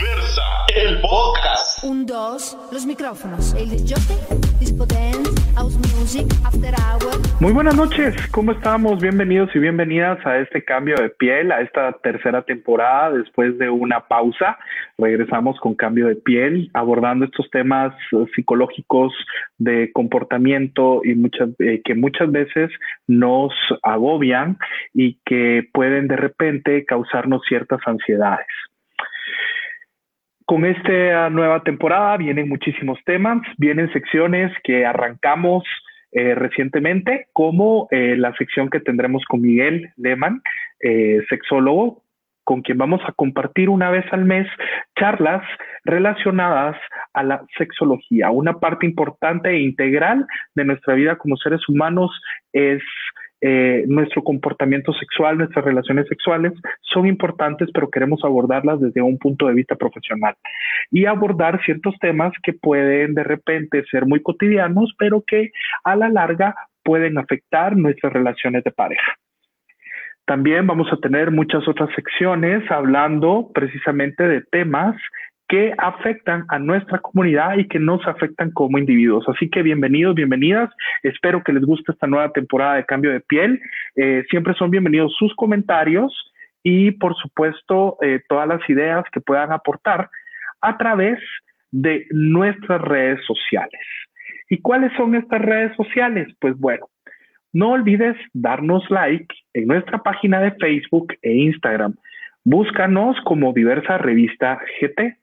Diversa, el podcast. Un, dos, los micrófonos. El disjockey, disco dance, house music, after hour. Muy buenas noches, ¿cómo estamos? Bienvenidos y bienvenidas a este cambio de piel, a esta tercera temporada después de una pausa. Regresamos con Cambio de Piel, abordando estos temas psicológicos de comportamiento y que muchas veces nos agobian y que pueden de repente causarnos ciertas ansiedades. Con esta nueva temporada vienen muchísimos temas, vienen secciones que arrancamos recientemente, como la sección que tendremos con Miguel Lehmann, sexólogo, con quien vamos a compartir una vez al mes charlas relacionadas a la sexología. Una parte importante e integral de nuestra vida como seres humanos es nuestro comportamiento sexual, nuestras relaciones sexuales son importantes, pero queremos abordarlas desde un punto de vista profesional y abordar ciertos temas que pueden de repente ser muy cotidianos, pero que a la larga pueden afectar nuestras relaciones de pareja. También vamos a tener muchas otras secciones hablando precisamente de temas que afectan a nuestra comunidad y que nos afectan como individuos. Así que bienvenidos, bienvenidas. Espero que les guste esta nueva temporada de Cambio de Piel. Siempre son bienvenidos sus comentarios y, por supuesto, todas las ideas que puedan aportar a través de nuestras redes sociales. ¿Y cuáles son estas redes sociales? Pues bueno, no olvides darnos like en nuestra página de Facebook e Instagram. Búscanos como Diversa Revista GT.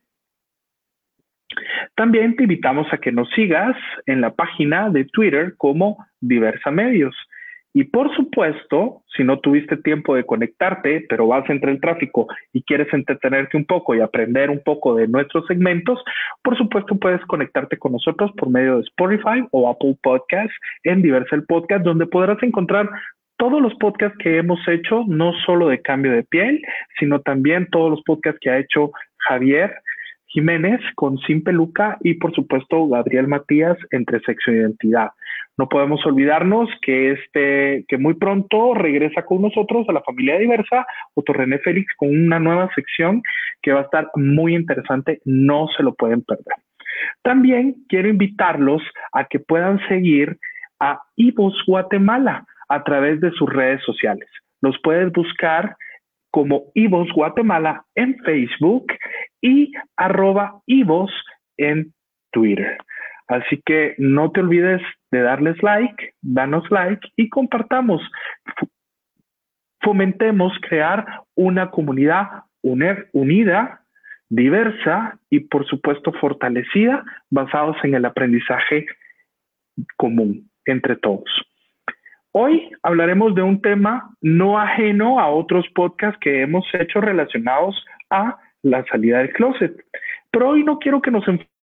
También te invitamos a que nos sigas en la página de Twitter como Diversa Medios. Y por supuesto, si no tuviste tiempo de conectarte, pero vas entre el tráfico y quieres entretenerte un poco y aprender un poco de nuestros segmentos, por supuesto puedes conectarte con nosotros por medio de Spotify o Apple Podcasts en Diversa el Podcast, donde podrás encontrar todos los podcasts que hemos hecho, no solo de Cambio de Piel, sino también todos los podcasts que ha hecho Javier Jiménez con Sin Peluca y por supuesto Gabriel Matías entre Sexo e Identidad. No podemos olvidarnos que muy pronto regresa con nosotros a la familia Diversa Otto René Félix con una nueva sección que va a estar muy interesante, no se lo pueden perder. También quiero invitarlos a que puedan seguir a Ivos Guatemala a través de sus redes sociales. Los puedes buscar como Ivos Guatemala en Facebook y @Ivos en Twitter. Así que no te olvides de darles like, danos like y compartamos. Fomentemos crear una comunidad unida, diversa y por supuesto fortalecida, basados en el aprendizaje común entre todos. Hoy hablaremos de un tema no ajeno a otros podcasts que hemos hecho relacionados a la salida del closet. Pero hoy no quiero que nos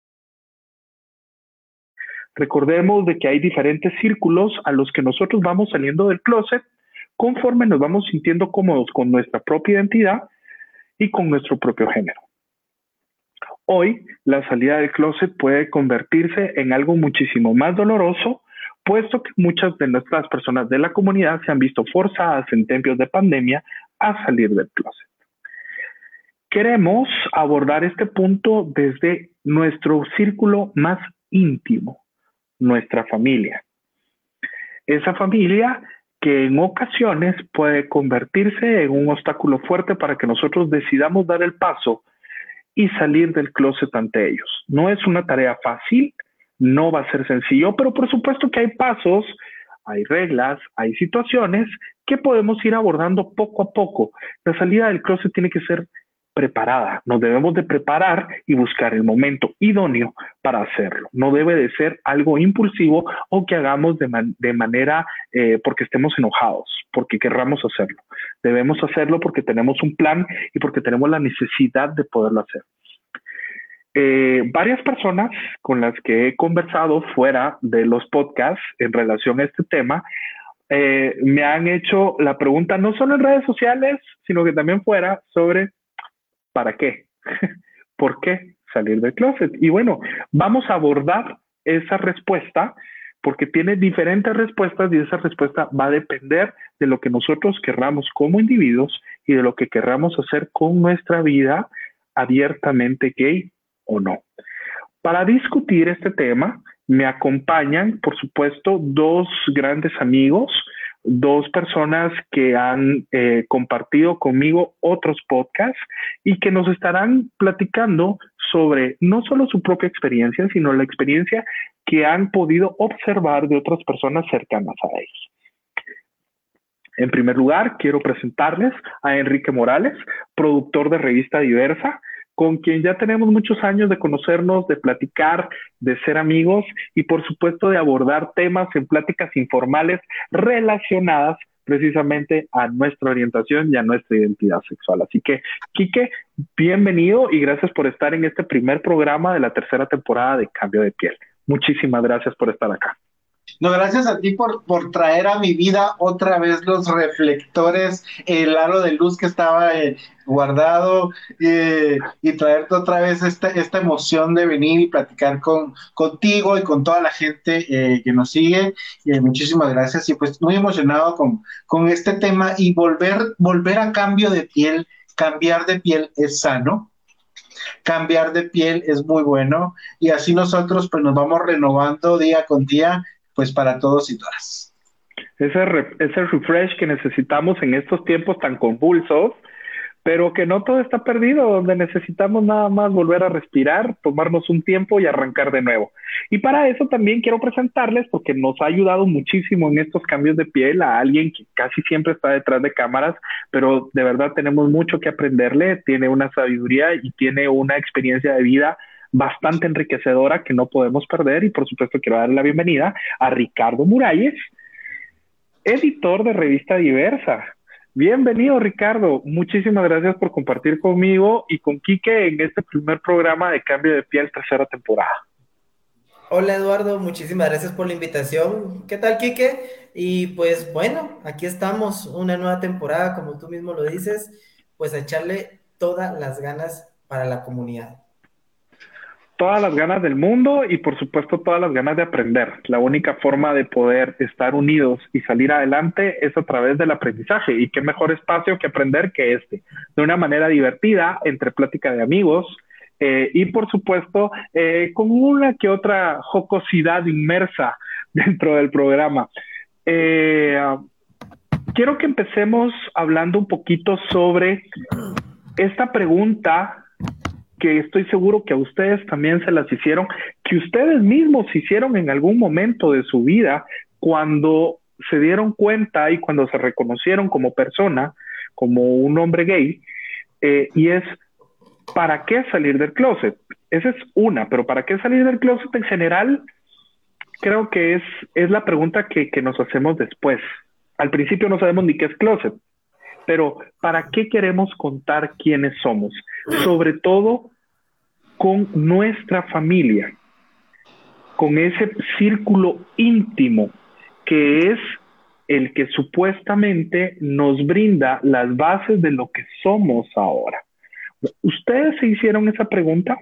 recordemos de que hay diferentes círculos a los que nosotros vamos saliendo del closet conforme nos vamos sintiendo cómodos con nuestra propia identidad y con nuestro propio género. Hoy, la salida del closet puede convertirse en algo muchísimo más doloroso, puesto que muchas de nuestras personas de la comunidad se han visto forzadas en tiempos de pandemia a salir del closet. Queremos abordar este punto desde nuestro círculo más íntimo, nuestra familia. Esa familia que en ocasiones puede convertirse en un obstáculo fuerte para que nosotros decidamos dar el paso y salir del closet ante ellos. No es una tarea fácil, no va a ser sencillo, pero por supuesto que hay pasos, hay reglas, hay situaciones que podemos ir abordando poco a poco. La salida del closet tiene que ser preparada. Nos debemos de preparar y buscar el momento idóneo para hacerlo. No debe de ser algo impulsivo o que hagamos de manera porque estemos enojados, porque querramos hacerlo. Debemos hacerlo porque tenemos un plan y porque tenemos la necesidad de poderlo hacer. Varias personas con las que he conversado fuera de los podcasts en relación a este tema me han hecho la pregunta, no solo en redes sociales, sino que también fuera, sobre ¿para qué? ¿Por qué salir del closet? Y bueno, vamos a abordar esa respuesta porque tiene diferentes respuestas y esa respuesta va a depender de lo que nosotros querramos como individuos y de lo que querramos hacer con nuestra vida abiertamente gay o no. Para discutir este tema, me acompañan, por supuesto, dos grandes amigos, dos personas que han compartido conmigo otros podcasts y que nos estarán platicando sobre no solo su propia experiencia, sino la experiencia que han podido observar de otras personas cercanas a ellos. En primer lugar, quiero presentarles a Enrique Morales, productor de Revista Diversa, con quien ya tenemos muchos años de conocernos, de platicar, de ser amigos y por supuesto de abordar temas en pláticas informales relacionadas precisamente a nuestra orientación y a nuestra identidad sexual. Así que, Quique, bienvenido y gracias por estar en este primer programa de la tercera temporada de Cambio de Piel. Muchísimas gracias por estar acá. No, gracias a ti por traer a mi vida otra vez los reflectores, el aro de luz que estaba guardado y traerte otra vez esta emoción de venir y platicar contigo y con toda la gente que nos sigue. Muchísimas gracias y pues muy emocionado con este tema y volver a cambio de piel. Cambiar de piel es sano. Cambiar de piel es muy bueno y así nosotros pues nos vamos renovando día con día pues para todos y todas. Ese refresh que necesitamos en estos tiempos tan convulsos, pero que no todo está perdido, donde necesitamos nada más volver a respirar, tomarnos un tiempo y arrancar de nuevo. Y para eso también quiero presentarles, porque nos ha ayudado muchísimo en estos cambios de piel, a alguien que casi siempre está detrás de cámaras, pero de verdad tenemos mucho que aprenderle, tiene una sabiduría y tiene una experiencia de vida bastante enriquecedora que no podemos perder y por supuesto quiero darle la bienvenida a Ricardo Muralles, editor de Revista Diversa. Bienvenido, Ricardo. Muchísimas gracias por compartir conmigo y con Quique en este primer programa de Cambio de Piel, tercera temporada. Hola, Eduardo. Muchísimas gracias por la invitación. ¿Qué tal, Quique? Y pues bueno, aquí estamos, una nueva temporada, como tú mismo lo dices, pues a echarle todas las ganas para la comunidad. Todas las ganas del mundo y por supuesto todas las ganas de aprender. La única forma de poder estar unidos y salir adelante es a través del aprendizaje y qué mejor espacio que aprender que este, de una manera divertida, entre plática de amigos y por supuesto con una que otra jocosidad inmersa dentro del programa. Quiero que empecemos hablando un poquito sobre esta pregunta que estoy seguro que a ustedes también se las hicieron, que ustedes mismos hicieron en algún momento de su vida cuando se dieron cuenta y cuando se reconocieron como persona, como un hombre gay, y es, ¿para qué salir del closet? Esa es una, pero ¿para qué salir del closet en general? Creo que es la pregunta que nos hacemos después. Al principio no sabemos ni qué es closet, pero ¿para qué queremos contar quiénes somos? Sobre todo con nuestra familia, con ese círculo íntimo que es el que supuestamente nos brinda las bases de lo que somos ahora. ¿Ustedes se hicieron esa pregunta?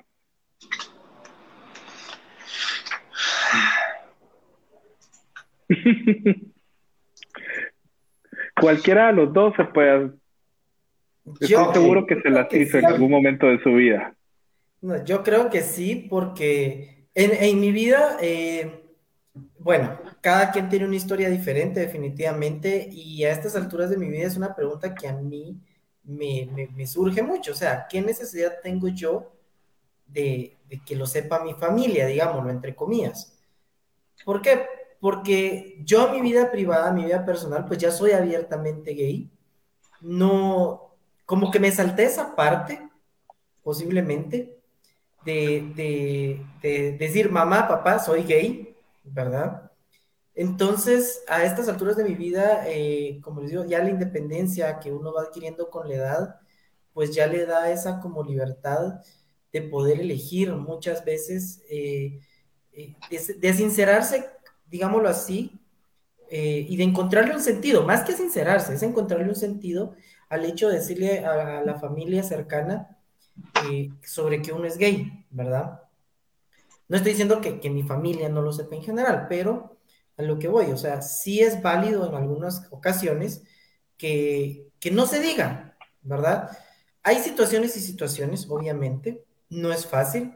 Cualquiera de los dos se puede. Estoy seguro que se las hizo en algún momento de su vida. No, yo creo que sí, porque en mi vida, bueno, cada quien tiene una historia diferente definitivamente, y a estas alturas de mi vida es una pregunta que a mí me surge mucho. O sea, ¿qué necesidad tengo yo de que lo sepa mi familia, digámoslo, entre comillas? ¿Por qué? Porque yo en mi vida privada, mi vida personal, pues ya soy abiertamente gay. No, como que me salté esa parte, posiblemente, de decir, mamá, papá, soy gay, ¿verdad? Entonces, a estas alturas de mi vida, como les digo, ya la independencia que uno va adquiriendo con la edad, pues ya le da esa como libertad de poder elegir muchas veces, de sincerarse, digámoslo así, y de encontrarle un sentido, más que sincerarse, es encontrarle un sentido al hecho de decirle a la familia cercana sobre que uno es gay, ¿verdad? No estoy diciendo que mi familia no lo sepa en general, pero a lo que voy, o sea, sí es válido en algunas ocasiones que no se diga, ¿verdad? hay situaciones y situaciones, obviamente, no es fácil.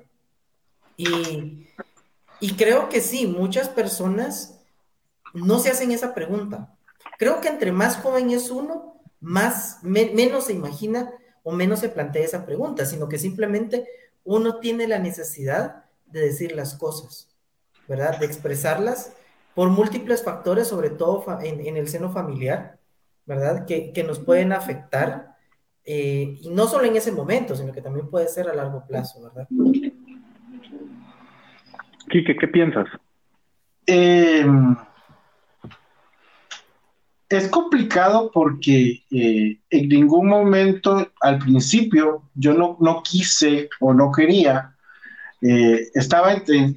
Y creo que sí, muchas personas no se hacen esa pregunta. Creo que entre más joven es uno, menos se imagina o menos se plantea esa pregunta, sino que simplemente uno tiene la necesidad de decir las cosas, ¿verdad? De expresarlas por múltiples factores, sobre todo en el seno familiar, ¿verdad? Que nos pueden afectar, y no solo en ese momento, sino que también puede ser a largo plazo, ¿verdad? Quique, ¿qué piensas? Es complicado porque en ningún momento al principio yo no quise o no quería. Estaba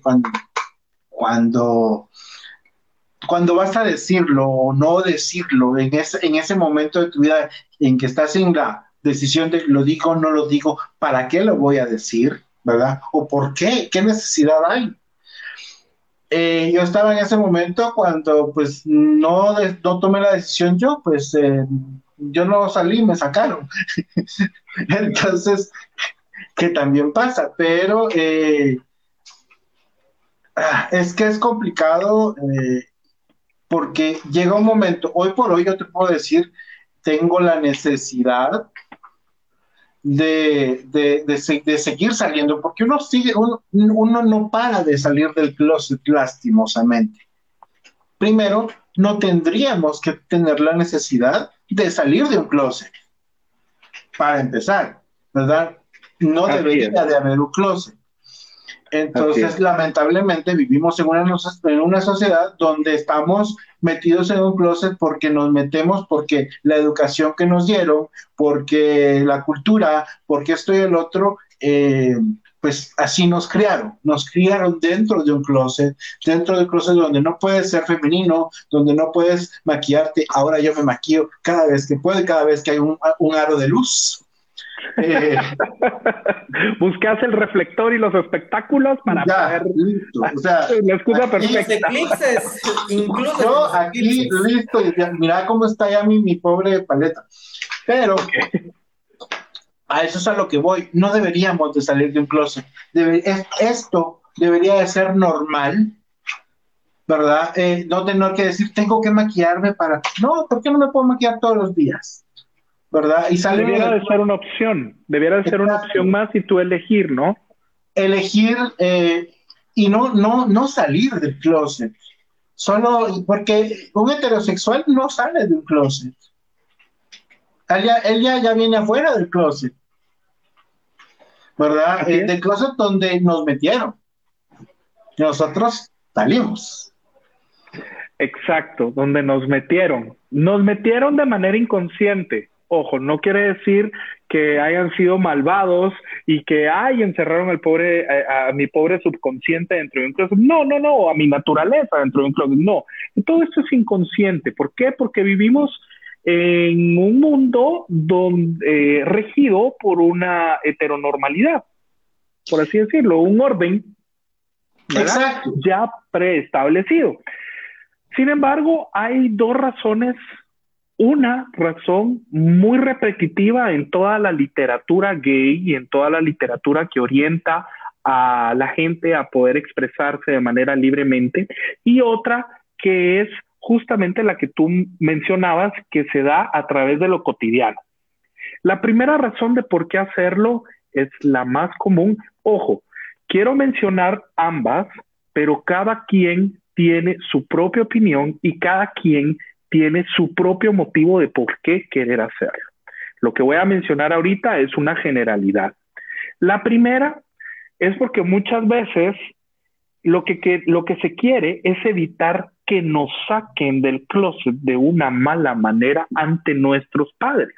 cuando, cuando vas a decirlo o no decirlo en ese momento de tu vida en que estás en la decisión de lo digo o no lo digo, ¿para qué lo voy a decir? ¿Verdad? ¿O por qué? ¿Qué necesidad hay? Yo estaba en ese momento cuando pues no tomé la decisión yo, pues yo no salí, me sacaron. Entonces, que también pasa, pero es que es complicado porque llega un momento, hoy por hoy yo te puedo decir, tengo la necesidad de seguir saliendo, porque uno no para de salir del closet lastimosamente. Primero, no tendríamos que tener la necesidad de salir de un closet, para empezar, ¿verdad? No debería de haber un closet. Entonces, lamentablemente, vivimos en una sociedad donde estamos metidos en un closet porque nos metemos, porque la educación que nos dieron, porque la cultura, porque esto y el otro, pues así nos criaron dentro de un closet donde no puedes ser femenino, donde no puedes maquillarte. Ahora yo me maquillo cada vez que puedo, cada vez que hay un aro de luz. Buscas el reflector y los espectáculos para poder. Listo. O sea, la excusa perfecta. Los eclipses, incluso. Yo aquí, listo. Mira cómo está ya mi pobre paleta. Pero a eso es a lo que voy. No deberíamos de salir de un closet. Esto debería de ser normal, ¿verdad? No tener que decir, tengo que maquillarme para. No, ¿por qué no me puedo maquillar todos los días? ¿Verdad? Y debiera de ser una opción, debiera de ser una opción más y tú elegir, ¿no? Elegir y no salir del closet. Solo porque un heterosexual no sale de un closet. Él ya viene afuera del closet, ¿verdad? Del closet donde nos metieron. Nosotros salimos. Exacto, donde nos metieron. Nos metieron de manera inconsciente. Ojo, no quiere decir que hayan sido malvados y que encerraron a mi pobre subconsciente dentro de un closet. No, a mi naturaleza dentro de un closet. No, todo esto es inconsciente. ¿Por qué? Porque vivimos en un mundo regido por una heteronormalidad, por así decirlo, un orden, ¿verdad? Ya preestablecido. Sin embargo, hay dos razones. Una razón muy repetitiva en toda la literatura gay y en toda la literatura que orienta a la gente a poder expresarse de manera libremente, y otra que es justamente la que tú mencionabas, que se da a través de lo cotidiano. La primera razón de por qué hacerlo es la más común. Ojo, quiero mencionar ambas, pero cada quien tiene su propia opinión y cada quien tiene su propio motivo de por qué querer hacerlo. Lo que voy a mencionar ahorita es una generalidad. La primera es porque muchas veces lo que se quiere es evitar que nos saquen del closet de una mala manera ante nuestros padres.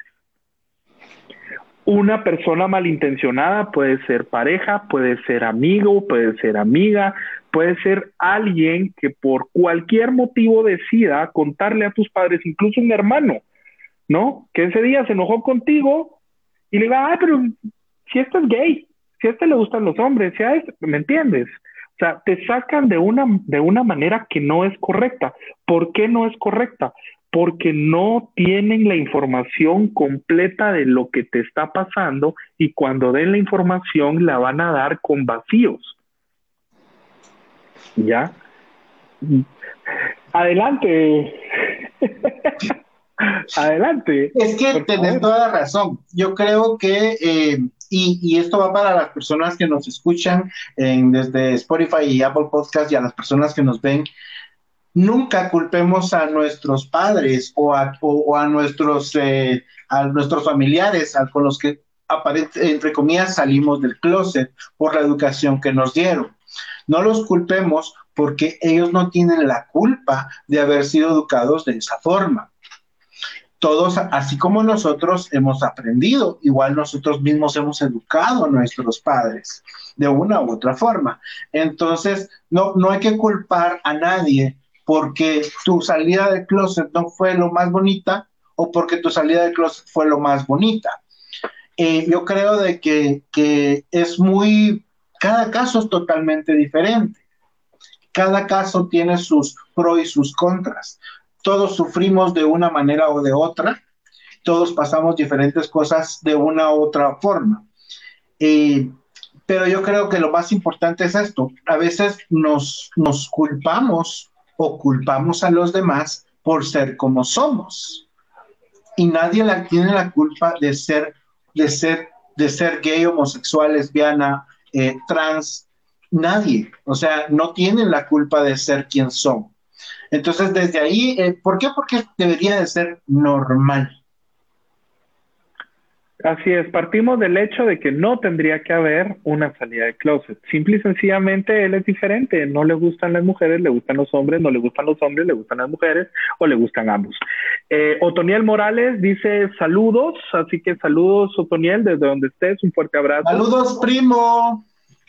Una persona malintencionada puede ser pareja, puede ser amigo, puede ser amiga, puede ser alguien que por cualquier motivo decida contarle a tus padres, incluso un hermano, ¿no? Que ese día se enojó contigo y le diga, pero si esto es gay, si a este le gustan los hombres, si a este, ¿me entiendes? O sea, te sacan de una manera que no es correcta. ¿Por qué no es correcta? porque no tienen la información completa de lo que te está pasando y cuando den la información la van a dar con vacíos. ¿Ya? Adelante. Adelante. Es que tenés toda la razón. Yo creo que, y esto va para las personas que nos escuchan desde Spotify y Apple Podcast y a las personas que nos ven, nunca culpemos a nuestros padres o a nuestros familiares con los que entre comillas salimos del closet por la educación que nos dieron. No los culpemos porque ellos no tienen la culpa de haber sido educados de esa forma. Todos, así como nosotros hemos aprendido, igual nosotros mismos hemos educado a nuestros padres de una u otra forma. Entonces, no hay que culpar a nadie porque tu salida del closet no fue lo más bonita o porque tu salida del closet fue lo más bonita. Yo creo de que es cada caso es totalmente diferente. Cada caso tiene sus pros y sus contras. Todos sufrimos de una manera o de otra. Todos pasamos diferentes cosas de una u otra forma. Pero yo creo que lo más importante es esto. A veces nos culpamos o culpamos a los demás por ser como somos. Y nadie tiene la culpa de ser gay, homosexual, lesbiana, trans. Nadie. O sea, no tienen la culpa de ser quien son. Entonces, desde ahí, ¿por qué? Porque debería de ser normal. Así es, partimos del hecho de que no tendría que haber una salida de closet. Simple y sencillamente él es diferente, no le gustan las mujeres, le gustan los hombres, no le gustan los hombres, le gustan las mujeres o le gustan ambos. Otoniel Morales dice saludos, así que saludos Otoniel desde donde estés, un fuerte abrazo. Saludos, primo.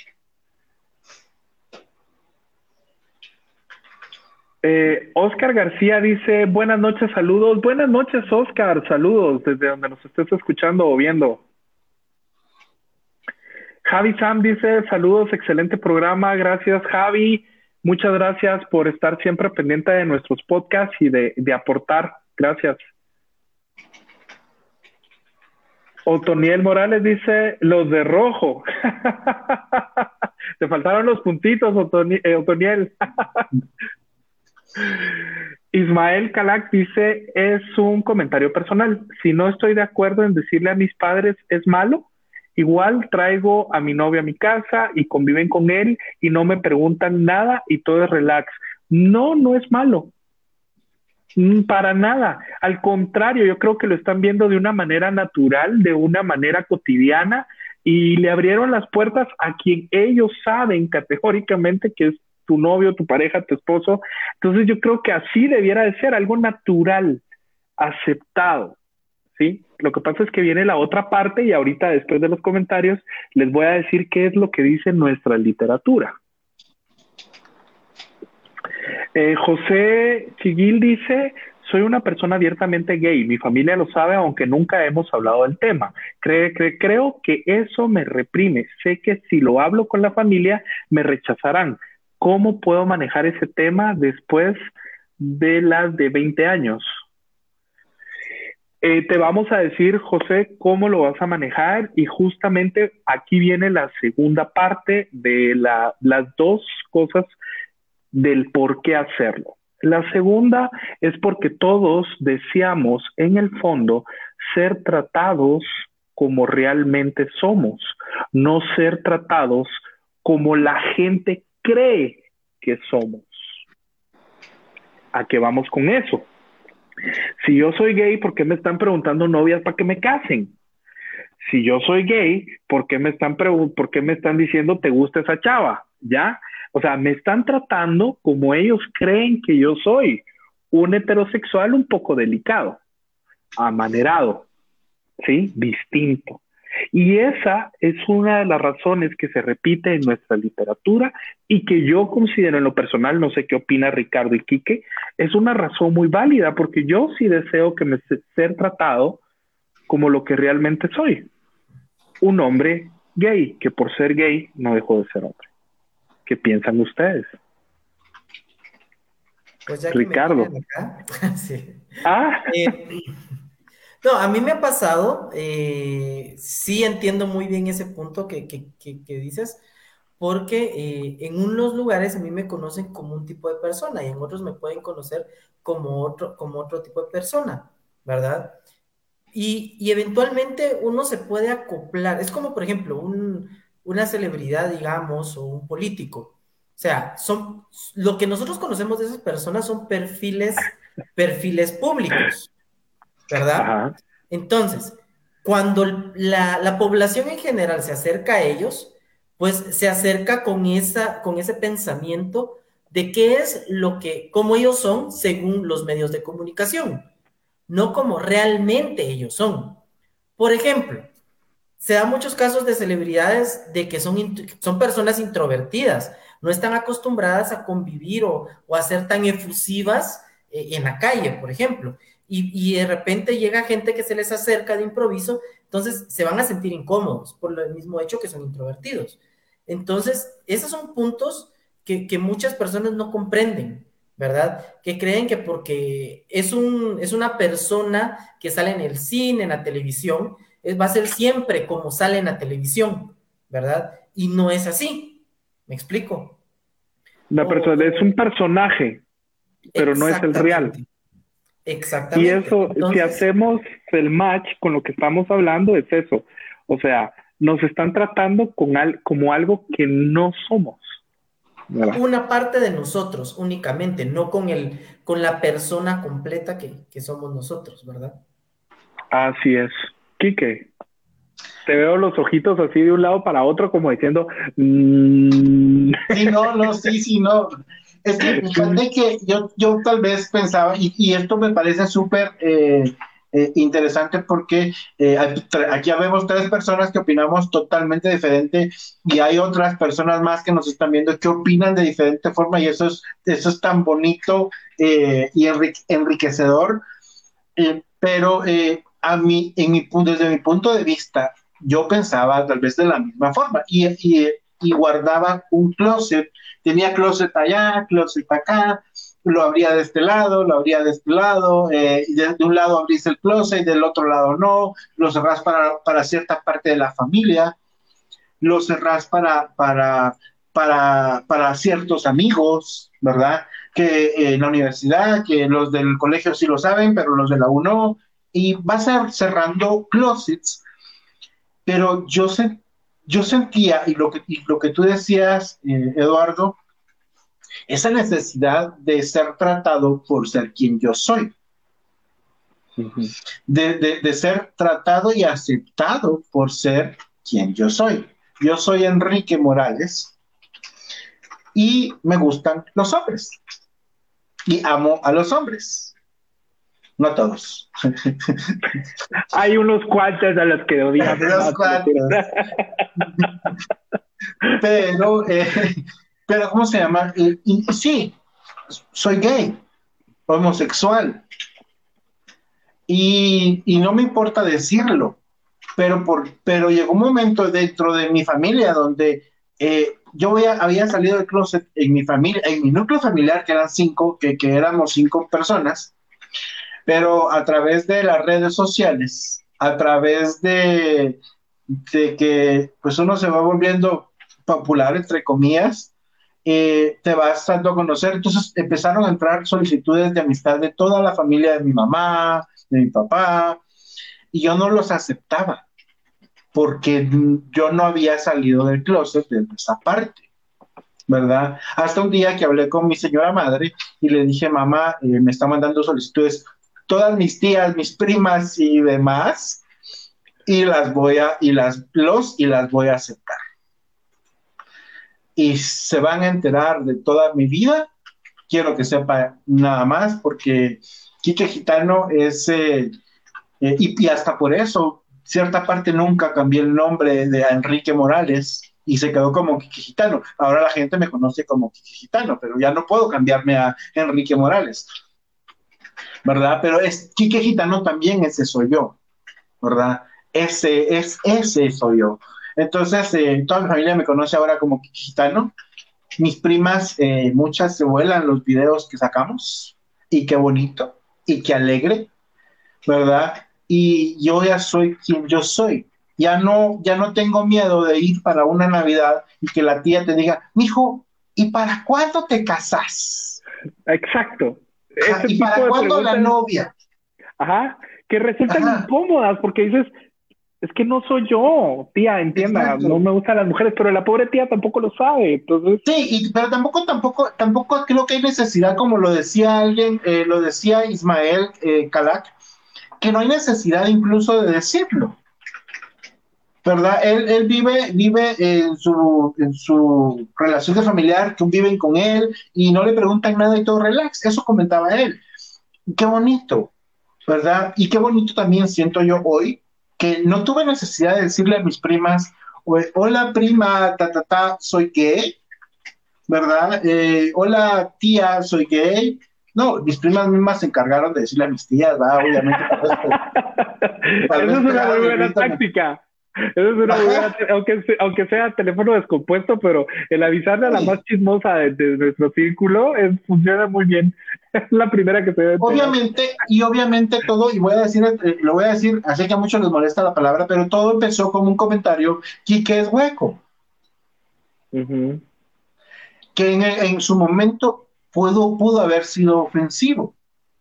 Oscar García dice buenas noches, saludos. Buenas noches, Oscar, saludos desde donde nos estés escuchando o viendo. Javi Sam dice saludos, excelente programa, gracias Javi, muchas gracias por estar siempre pendiente de nuestros podcasts y de aportar, gracias. Otoniel Morales dice los de rojo. Te faltaron los puntitos, Otoniel. Ismael Calac dice es un comentario personal, si no estoy de acuerdo en decirle a mis padres es malo, igual traigo a mi novio a mi casa y conviven con él y no me preguntan nada y todo es relax. No es malo, para nada, al contrario, yo creo que lo están viendo de una manera natural, de una manera cotidiana y le abrieron las puertas a quien ellos saben categóricamente que es tu novio, tu pareja, tu esposo. Entonces yo creo que así debiera de ser, algo natural, aceptado, ¿sí? Lo que pasa es que viene la otra parte y ahorita después de los comentarios les voy a decir qué es lo que dice nuestra literatura. José Chiguil dice, soy una persona abiertamente gay, mi familia lo sabe aunque nunca hemos hablado del tema. Creo que eso me reprime, sé que si lo hablo con la familia me rechazarán. ¿Cómo puedo manejar ese tema después de las de 20 años? Te vamos a decir, José, cómo lo vas a manejar y justamente aquí viene la segunda parte de las dos cosas del por qué hacerlo. La segunda es porque todos deseamos en el fondo ser tratados como realmente somos, no ser tratados como la gente cree que somos. ¿A qué vamos con eso? Si yo soy gay, ¿por qué me están preguntando novias para que me casen? Si yo soy gay, ¿por qué me están diciendo te gusta esa chava? ¿Ya? O sea, me están tratando como ellos creen que yo soy. Un heterosexual un poco delicado, amanerado, ¿sí? Distinto. Y esa es una de las razones que se repite en nuestra literatura y que yo considero en lo personal, no sé qué opina Ricardo y Quique, es una razón muy válida porque yo sí deseo que ser tratado como lo que realmente soy, un hombre gay, que por ser gay no dejó de ser hombre. ¿Qué piensan ustedes? Pues ya que me Ricardo. tienen acá, sí. Ah, Eh, no, a mí me ha pasado, sí entiendo muy bien ese punto que dices, porque en unos lugares a mí me conocen como un tipo de persona y en otros me pueden conocer como otro tipo de persona, ¿verdad? Y eventualmente uno se puede acoplar. Es como, por ejemplo, una celebridad, digamos, o un político. O sea, lo que nosotros conocemos de esas personas son perfiles públicos, ¿verdad? ajá. Entonces, cuando la población en general se acerca a ellos, pues se acerca con ese pensamiento de qué es cómo ellos son según los medios de comunicación, no como realmente ellos son. Por ejemplo, se dan muchos casos de celebridades de que son personas introvertidas, no están acostumbradas a convivir o a ser tan efusivas en la calle, por ejemplo. Y de repente llega gente que se les acerca de improviso, entonces se van a sentir incómodos por el mismo hecho que son introvertidos. Entonces, esos son puntos que muchas personas no comprenden, ¿verdad? Que creen que porque es una persona que sale en el cine, en la televisión, va a ser siempre como sale en la televisión, ¿verdad? Y no es así, ¿me explico? La persona es un personaje, pero no es el real. Exactamente, Y exactamente. eso, si Entonces, hacemos el match con lo que estamos hablando, es eso. O sea, nos están tratando como algo que no somos, ¿verdad? una parte de nosotros únicamente, no con la persona completa que somos nosotros, ¿verdad? Así es. Quique, te veo los ojitos así de un lado para otro, como diciendo, Sí, no, no, sí, sí, no. Es que fíjate que yo tal vez pensaba, y esto me parece súper interesante porque aquí ya vemos tres personas que opinamos totalmente diferente y hay otras personas más que nos están viendo que opinan de diferente forma y eso es tan bonito y enriquecedor. Pero desde mi punto de vista, yo pensaba tal vez de la misma forma y guardaba un closet. Tenía closet allá, closet acá, lo abría de este lado, lo abría de este lado, y de un lado abrís el closet y del otro lado no, lo cerrás para cierta parte de la familia, lo cerrás para ciertos amigos, ¿verdad? Que en la universidad, que los del colegio sí lo saben, pero los de la U no, y vas cerrando closets, pero yo sentía, y lo que tú decías, Eduardo, esa necesidad de ser tratado por ser quien yo soy, de ser tratado y aceptado por ser quien yo soy. Yo soy Enrique Morales y me gustan los hombres y amo a los hombres, no a todos. hay unos cuantos a los que odiamos. Los cuantos. Pero, ¿cómo se llama? Y sí, soy gay, homosexual, y no me importa decirlo, pero llegó un momento dentro de mi familia donde yo había salido del closet en mi familia, en mi núcleo familiar, que eran cinco, que éramos 5 personas, pero a través de las redes sociales, a través de que pues uno se va volviendo popular, entre comillas, te vas dando a conocer. Entonces empezaron a entrar solicitudes de amistad de toda la familia de mi mamá, de mi papá, y yo no los aceptaba porque yo no había salido del closet desde esa parte, ¿verdad? Hasta un día que hablé con mi señora madre y le dije, mamá, me están mandando solicitudes todas mis tías, mis primas y demás, y las voy a aceptar. Y se van a enterar de toda mi vida. Quiero que sepa nada más, porque Quique Gitano es, y hasta por eso, cierta parte nunca cambié el nombre de Enrique Morales y se quedó como Quique Gitano. Ahora la gente me conoce como Quique Gitano, pero ya no puedo cambiarme a Enrique Morales, ¿verdad? Pero Quique Gitano también, ese soy yo, ¿verdad? Ese soy yo. Entonces, toda mi familia me conoce ahora como Quique Gitano Mis primas, muchas se vuelan los videos que sacamos, y qué bonito, y qué alegre, ¿verdad? Y yo ya soy quien yo soy. Ya no tengo miedo de ir para una Navidad y que la tía te diga, mijo, ¿y para cuándo te casas? Exacto. Ajá, Ese ¿y tipo para de cuándo la preguntas, novia? ajá, que resultan Ajá, incómodas porque dices, es que no soy yo, tía, entienda, no exacto. me gustan las mujeres, pero la pobre tía tampoco lo sabe, entonces, Sí, pero tampoco creo que hay necesidad, como lo decía alguien, lo decía Ismael Calac, que no hay necesidad incluso de decirlo, ¿verdad? Él vive en su relación de familiar, que viven con él y no le preguntan nada y todo relax. Eso comentaba él. Qué bonito, ¿verdad? Y qué bonito también siento yo hoy que no tuve necesidad de decirle a mis primas, hola prima, soy gay, ¿verdad? Hola tía, soy gay. No, mis primas mismas se encargaron de decirle a mis tías, ¿verdad? Obviamente, tal esa vez es una muy pegadas de buena risa. táctica. Esa es una muy buena, Ajá. aunque sea teléfono descompuesto, pero el avisarle a la más Sí. chismosa de nuestro círculo funciona muy bien. Es la primera que se debe enterar. Obviamente todo, y lo voy a decir, así que a muchos les molesta la palabra, pero todo empezó como un comentario, Quique es hueco, Ujú. que en su momento pudo haber sido ofensivo.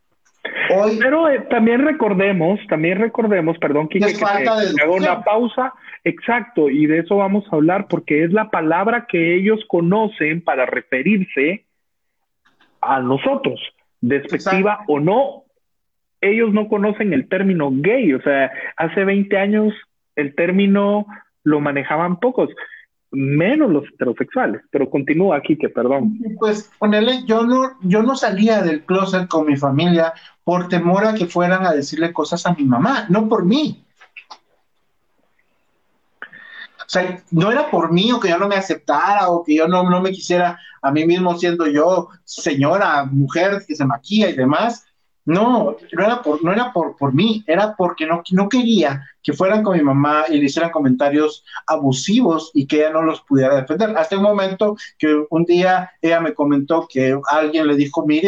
Hoy Pero también recordemos, perdón, Quique, es falta de que haga una educación. pausa. Exacto, y de eso vamos a hablar porque es la palabra que ellos conocen para referirse a nosotros, Exacto. despectiva o no. Ellos no conocen el término gay, o sea, hace 20 años el término lo manejaban pocos, menos los heterosexuales, pero continúa, Quique, perdón. Pues ponele, yo no salía del closet con mi familia por temor a que fueran a decirle cosas a mi mamá, no por mí. O sea, no era por mí o que yo no me aceptara o que yo no me quisiera a mí mismo siendo yo señora, mujer que se maquilla y demás. No, no era por mí, era porque no quería que fueran con mi mamá y le hicieran comentarios abusivos y que ella no los pudiera defender. Hasta un momento que un día ella me comentó que alguien le dijo, mire,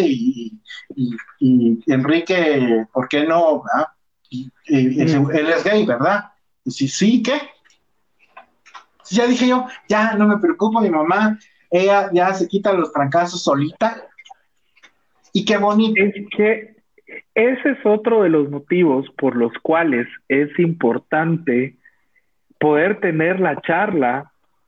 y Enrique, ¿por qué no? ¿verdad? Él es gay, ¿verdad? Y sí, sí, ¿qué? Ya dije yo, ya no me preocupo, mi mamá, ella ya se quita los trancazos solita y qué bonito. Es que ese es otro de los motivos por los cuales es importante poder tener la charla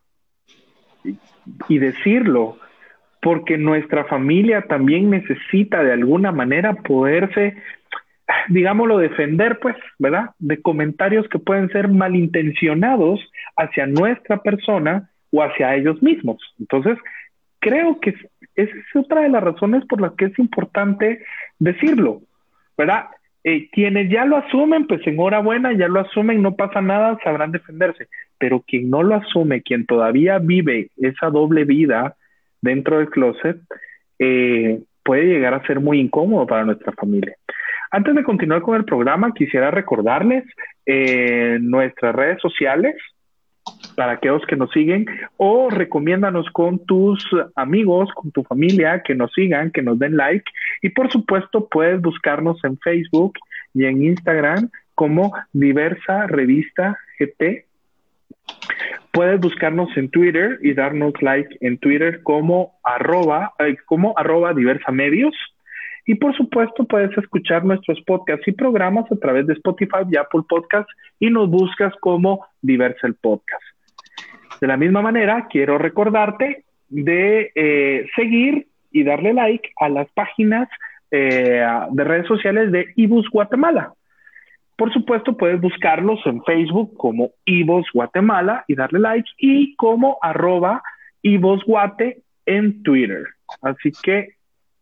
y decirlo, porque nuestra familia también necesita de alguna manera poderse, digámoslo, defender, pues, ¿verdad? De comentarios que pueden ser malintencionados hacia nuestra persona o hacia ellos mismos. Entonces, creo que esa es otra de las razones por las que es importante decirlo, ¿verdad? Quienes ya lo asumen, pues enhorabuena, ya lo asumen, no pasa nada, sabrán defenderse. Pero quien no lo asume, quien todavía vive esa doble vida dentro del closet, puede llegar a ser muy incómodo para nuestra familia. Antes de continuar con el programa, quisiera recordarles nuestras redes sociales para aquellos que nos siguen, o recomiéndanos con tus amigos, con tu familia, que nos sigan, que nos den like, y por supuesto puedes buscarnos en Facebook y en Instagram como Diversa Revista GT. Puedes buscarnos en Twitter y darnos like en Twitter como arroba diversamedios. Y por supuesto puedes escuchar nuestros podcasts y programas a través de Spotify y Apple Podcasts y nos buscas como Diversa el Podcast. De la misma manera, quiero recordarte de seguir y darle like a las páginas de redes sociales de Ibus Guatemala. Por supuesto, puedes buscarlos en Facebook como Ibus Guatemala y darle like, y como @ibusguate en Twitter. Así que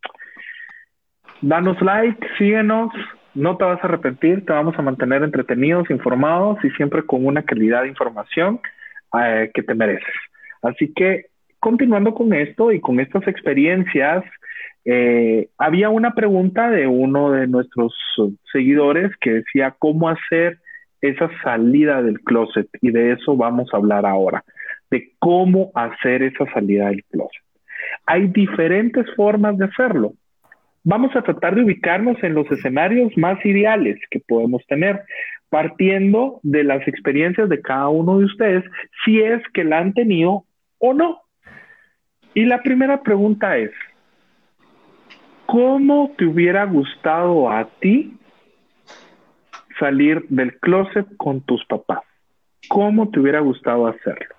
danos like, síguenos, no te vas a arrepentir, te vamos a mantener entretenidos, informados y siempre con una calidad de información que te mereces. Así que, continuando con esto y con estas experiencias, había una pregunta de uno de nuestros seguidores que decía cómo hacer esa salida del closet, y de eso vamos a hablar ahora, de cómo hacer esa salida del closet. Hay diferentes formas de hacerlo. Vamos a tratar de ubicarnos en los escenarios más ideales que podemos tener, partiendo de las experiencias de cada uno de ustedes, si es que la han tenido o no. Y la primera pregunta es, ¿cómo te hubiera gustado a ti salir del closet con tus papás? ¿Cómo te hubiera gustado hacerlo?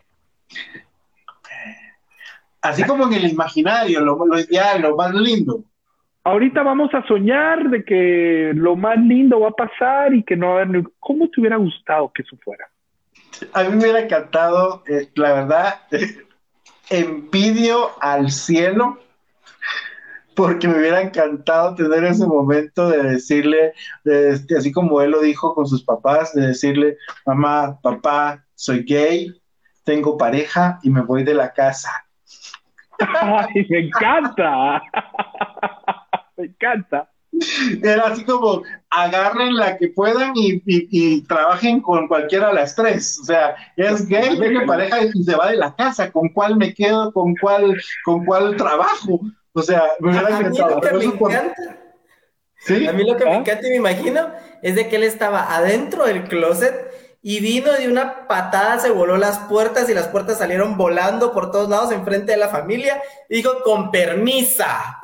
Así como en el imaginario, lo ideal, lo más lindo. Ahorita vamos a soñar de que lo más lindo va a pasar y que no va a haber... ¿Cómo te hubiera gustado que eso fuera? A mí me hubiera encantado, la verdad, envidio al cielo, porque me hubiera encantado tener ese momento de decirle, así como él lo dijo con sus papás, de decirle, mamá, papá, soy gay, tengo pareja y me voy de la casa. ¡Ay, me encanta! Me encanta. Era así como, agarren la que puedan y trabajen con cualquiera de las tres. O sea, es gay, tiene pareja y se va de la casa. ¿Con cuál me quedo? ¿Con cuál trabajo? O sea, me hubiera encantado. ¿Sí? A mí lo que me encanta y me imagino es de que él estaba adentro del closet y vino de una patada, se voló las puertas y las puertas salieron volando por todos lados enfrente de la familia y dijo, con permisa.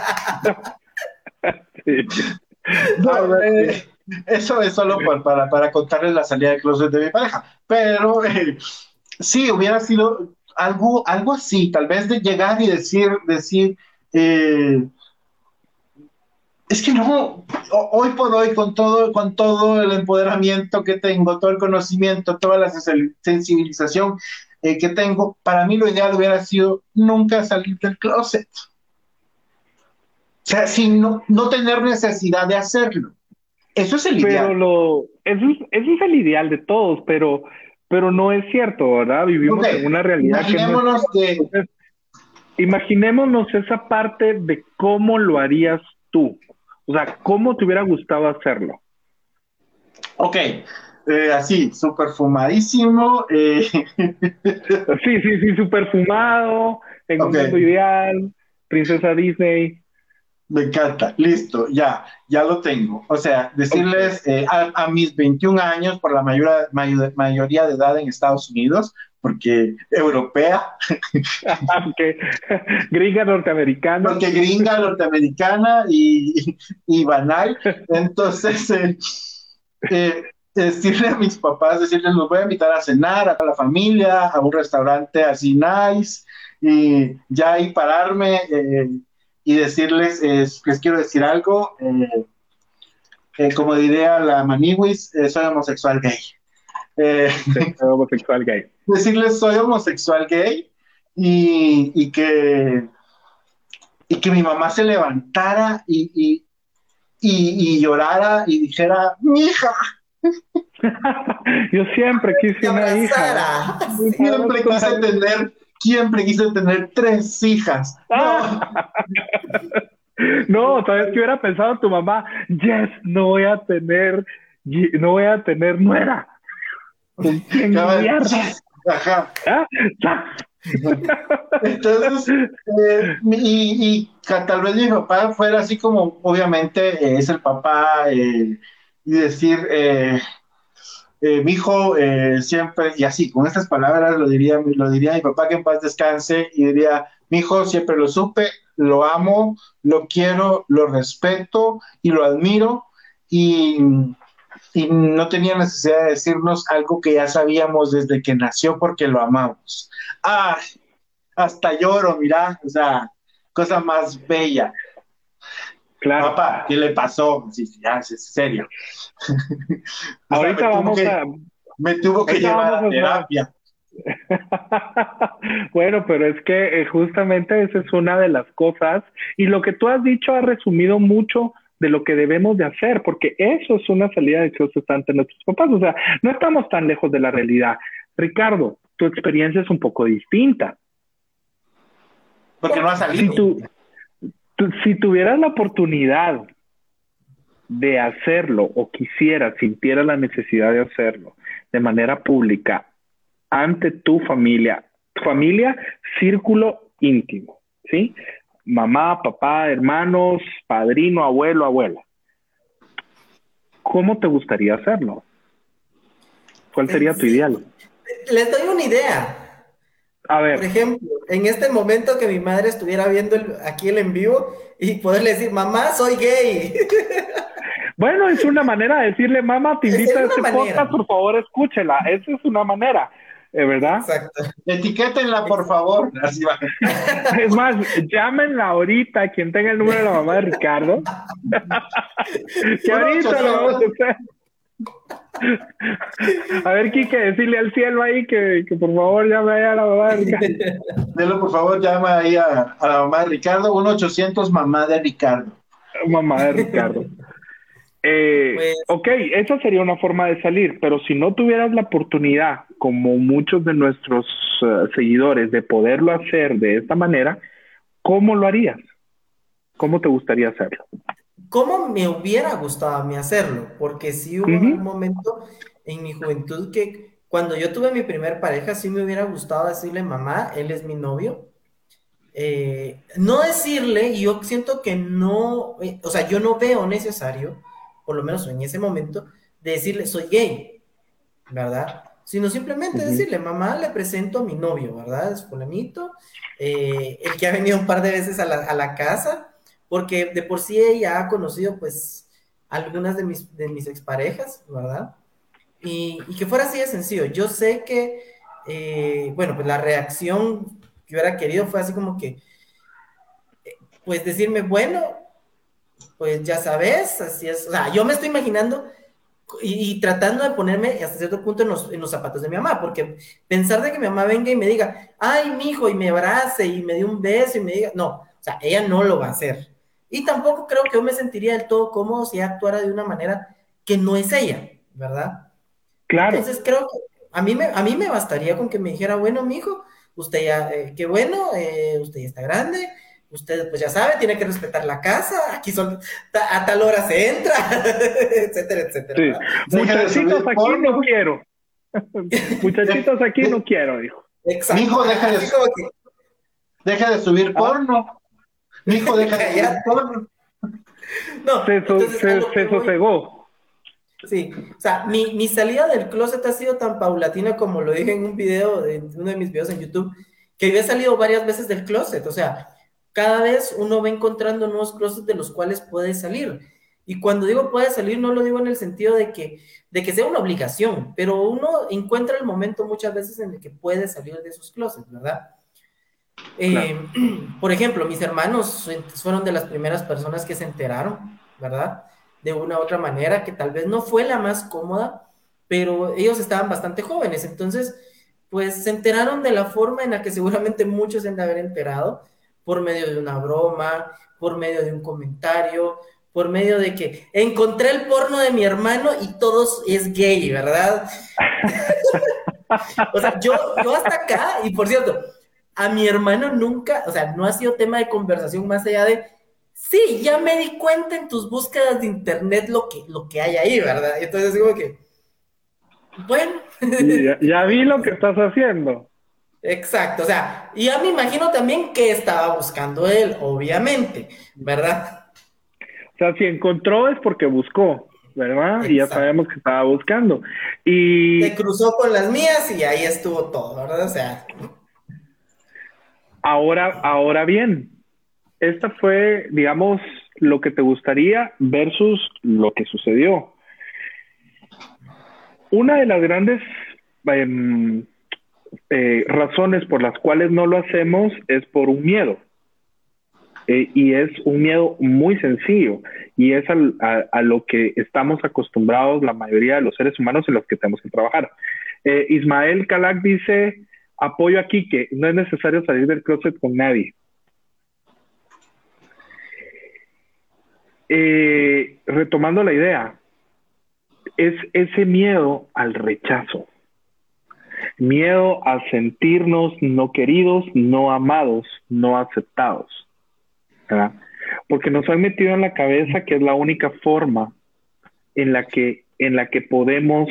Sí. No, eso es solo para contarles la salida del closet de mi pareja, pero sí, hubiera sido algo así, tal vez de llegar y decir es que no, hoy por hoy, con todo el empoderamiento que tengo, todo el conocimiento, toda la sensibilización que tengo, para mí lo ideal hubiera sido nunca salir del closet. O sea, sin no tener necesidad de hacerlo. Eso es el ideal. Eso es el ideal de todos, pero no es cierto, ¿verdad? Vivimos en una realidad imaginémonos esa parte de cómo lo harías tú. O sea, ¿cómo te hubiera gustado hacerlo? Ok, así, súper fumadísimo. Sí, súper fumado, en un mundo ideal, princesa Disney. Me encanta, listo, ya lo tengo. O sea, decirles a mis 21 años, por la mayoría de edad en Estados Unidos, porque europea. Porque gringa norteamericana. Porque gringa norteamericana y banal. Entonces, decirle a mis papás, decirles, los voy a invitar a cenar a la familia, a un restaurante así nice, y ya ahí pararme y decirles, les quiero decir algo, como diría la Maniwis, soy homosexual gay. Soy homosexual gay. Decirles soy homosexual gay y que mi mamá se levantara y llorara y dijera, mi hija. Yo siempre quise una hija. Siempre quise tener 3 hijas. No, ¿sabes qué hubiera pensado tu mamá? Yes, no voy a tener nuera. ¿Con quién Ajá. Entonces, y tal vez mi papá fuera así como, obviamente, es el papá, y decir, mi hijo siempre, y así, con estas palabras lo diría mi papá, que en paz descanse, y diría, mi hijo siempre lo supe, lo amo, lo quiero, lo respeto y lo admiro, y no tenía necesidad de decirnos algo que ya sabíamos desde que nació porque lo amamos. Hasta lloro, mira, o sea, cosa más bella. Claro. Papá, ¿qué le pasó? Sí, ya, es serio. Ahorita me tuvo que llevar a terapia. Bueno, pero es que justamente esa es una de las cosas, y lo que tú has dicho ha resumido mucho de lo que debemos de hacer, porque eso es una salida de closet ante nuestros papás. O sea, no estamos tan lejos de la realidad. Ricardo, tu experiencia es un poco distinta. Porque no ha salido. Si tuvieras la oportunidad de hacerlo o sintieras la necesidad de hacerlo de manera pública ante tu familia, círculo íntimo, ¿sí? Mamá, papá, hermanos, padrino, abuelo, abuela. ¿Cómo te gustaría hacerlo? ¿Cuál sería tu Sí, ideal? les doy una idea. A Por ver, ejemplo, en este momento que mi madre estuviera viendo aquí el en vivo y poderle decir, mamá, soy gay. bueno, es una manera de decirle, mamá, te invito Es a una este manera. podcast, por favor, escúchela. Esa es una manera, ¿verdad? Exacto. Etiquétenla, por favor. Así va. Es más, llámenla ahorita, quien tenga el número de la mamá de Ricardo, que Uno ahorita lo vamos a 800. hacer. A ver, Quique, decirle al cielo ahí que por favor llame ahí a la mamá de Ricardo. Delo, por favor, llama ahí a la mamá de Ricardo. 1-800 mamá de Ricardo. Mamá de Ricardo. Pues Ok, esa sería una forma de salir, pero si no tuvieras la oportunidad, como muchos de nuestros seguidores, de poderlo hacer de esta manera, ¿cómo lo harías? ¿Cómo te gustaría hacerlo? ¿cómo me hubiera gustado a mí hacerlo? Porque sí hubo Ujú. algún momento en mi juventud que cuando yo tuve mi primer pareja, sí me hubiera gustado decirle, mamá, él es mi novio. No decirle, y yo siento que no, o sea, yo no veo necesario, por lo menos en ese momento, de decirle, soy gay, ¿verdad? Sino simplemente Ujú. decirle, mamá, le presento a mi novio, ¿verdad? Es fulanito, el que ha venido un par de veces a la casa, porque de por sí ella ha conocido, pues, algunas de mis exparejas, ¿verdad? Y que fuera así de sencillo. Yo sé que, bueno, pues la reacción que hubiera querido fue así como que, pues decirme, bueno, pues ya sabes, así es. O sea, yo me estoy imaginando y tratando de ponerme hasta cierto punto en los zapatos de mi mamá, porque pensar de que mi mamá venga y me diga, ay, mi hijo, y me abrace y me dé un beso y me diga, no, o sea, ella no lo va a hacer. Y tampoco creo que yo me sentiría del todo cómodo si ella actuara de una manera que no es ella, ¿verdad? Claro, Entonces creo que a mí me bastaría con que me dijera, bueno, mijo, usted ya, qué bueno, usted ya está grande, usted pues ya sabe, tiene que respetar la casa, aquí son, a tal hora se entra, etcétera, etcétera, sí. ¿verdad? Deje de Muchachitos subir aquí no porno. quiero. Muchachitos aquí no quiero, dijo. Exacto, Mijo, deje así como que, de subir ¿Ah? porno. Mijo, deja de subir cállate. porno. No, entonces a lo que Se voy, sosegó. sí, o sea, mi salida del closet ha sido tan paulatina como lo dije en un video, en uno de mis videos en YouTube, que yo he salido varias veces del closet, o sea, cada vez uno va encontrando nuevos closets de los cuales puede salir. Y cuando digo puede salir, no lo digo en el sentido de que sea una obligación, pero uno encuentra el momento muchas veces en el que puede salir de esos closets, ¿verdad? Claro. Eh, por ejemplo, mis hermanos fueron de las primeras personas que se enteraron, ¿verdad? De una u otra manera, que tal vez no fue la más cómoda, pero ellos estaban bastante jóvenes, entonces, pues se enteraron de la forma en la que seguramente muchos se han de haber enterado, por medio de una broma, por medio de un comentario, por medio de que encontré el porno de mi hermano y todos es gay, ¿verdad? O sea, yo hasta acá, y por cierto, a mi hermano nunca, o sea, no ha sido tema de conversación más allá de, sí, ya me di cuenta en tus búsquedas de internet lo que hay ahí, ¿verdad? Y entonces digo que, bueno, Y ya vi lo que estás haciendo. exacto, o sea, y ya me imagino también que estaba buscando él, obviamente, ¿verdad? O sea, si encontró es porque buscó, ¿verdad? Y ya Exacto. sabemos que estaba buscando. Se Y cruzó con las mías y ahí estuvo todo, ¿verdad? O sea, ahora bien, esta fue, digamos, lo que te gustaría versus lo que sucedió. Una de las grandes em, razones por las cuales no lo hacemos es por un miedo. Y es un miedo muy sencillo y es a lo que estamos acostumbrados la mayoría de los seres humanos en los que tenemos que trabajar. Ismael Calac dice, apoyo aquí que no es necesario salir del closet con nadie. Retomando la idea, es ese miedo al rechazo, miedo a sentirnos no queridos, no amados, no aceptados, ¿verdad? Porque nos han metido en la cabeza que es la única forma en la que podemos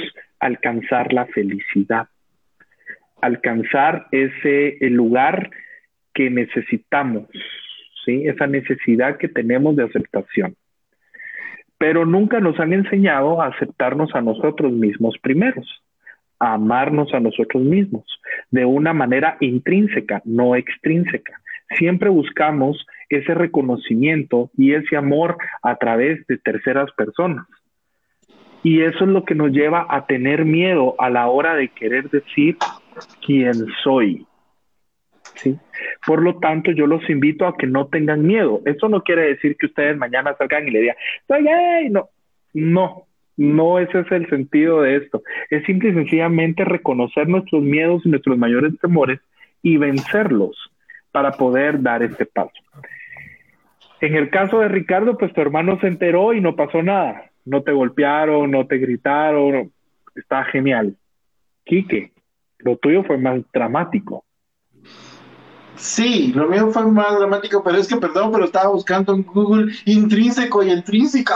alcanzar la felicidad, alcanzar ese el lugar que necesitamos, ¿sí? Esa necesidad que tenemos de aceptación. Pero nunca nos han enseñado a aceptarnos a nosotros mismos primeros, a amarnos a nosotros mismos de una manera intrínseca, no extrínseca. Siempre buscamos ese reconocimiento y ese amor a través de terceras personas. Y eso es lo que nos lleva a tener miedo a la hora de querer decir quién soy, ¿sí? Por lo tanto, yo los invito a que no tengan miedo. Eso no quiere decir que ustedes mañana salgan y le digan, soy gay. No, ese es el sentido de esto. Es simple y sencillamente reconocer nuestros miedos y nuestros mayores temores y vencerlos para poder dar este paso. En el caso de Ricardo, pues tu hermano se enteró y no pasó nada. No te golpearon, no te gritaron, está genial. Quique, lo tuyo fue más dramático. Sí, lo mío fue más dramático, pero es que, perdón, pero estaba buscando en Google intrínseco y intrínseca.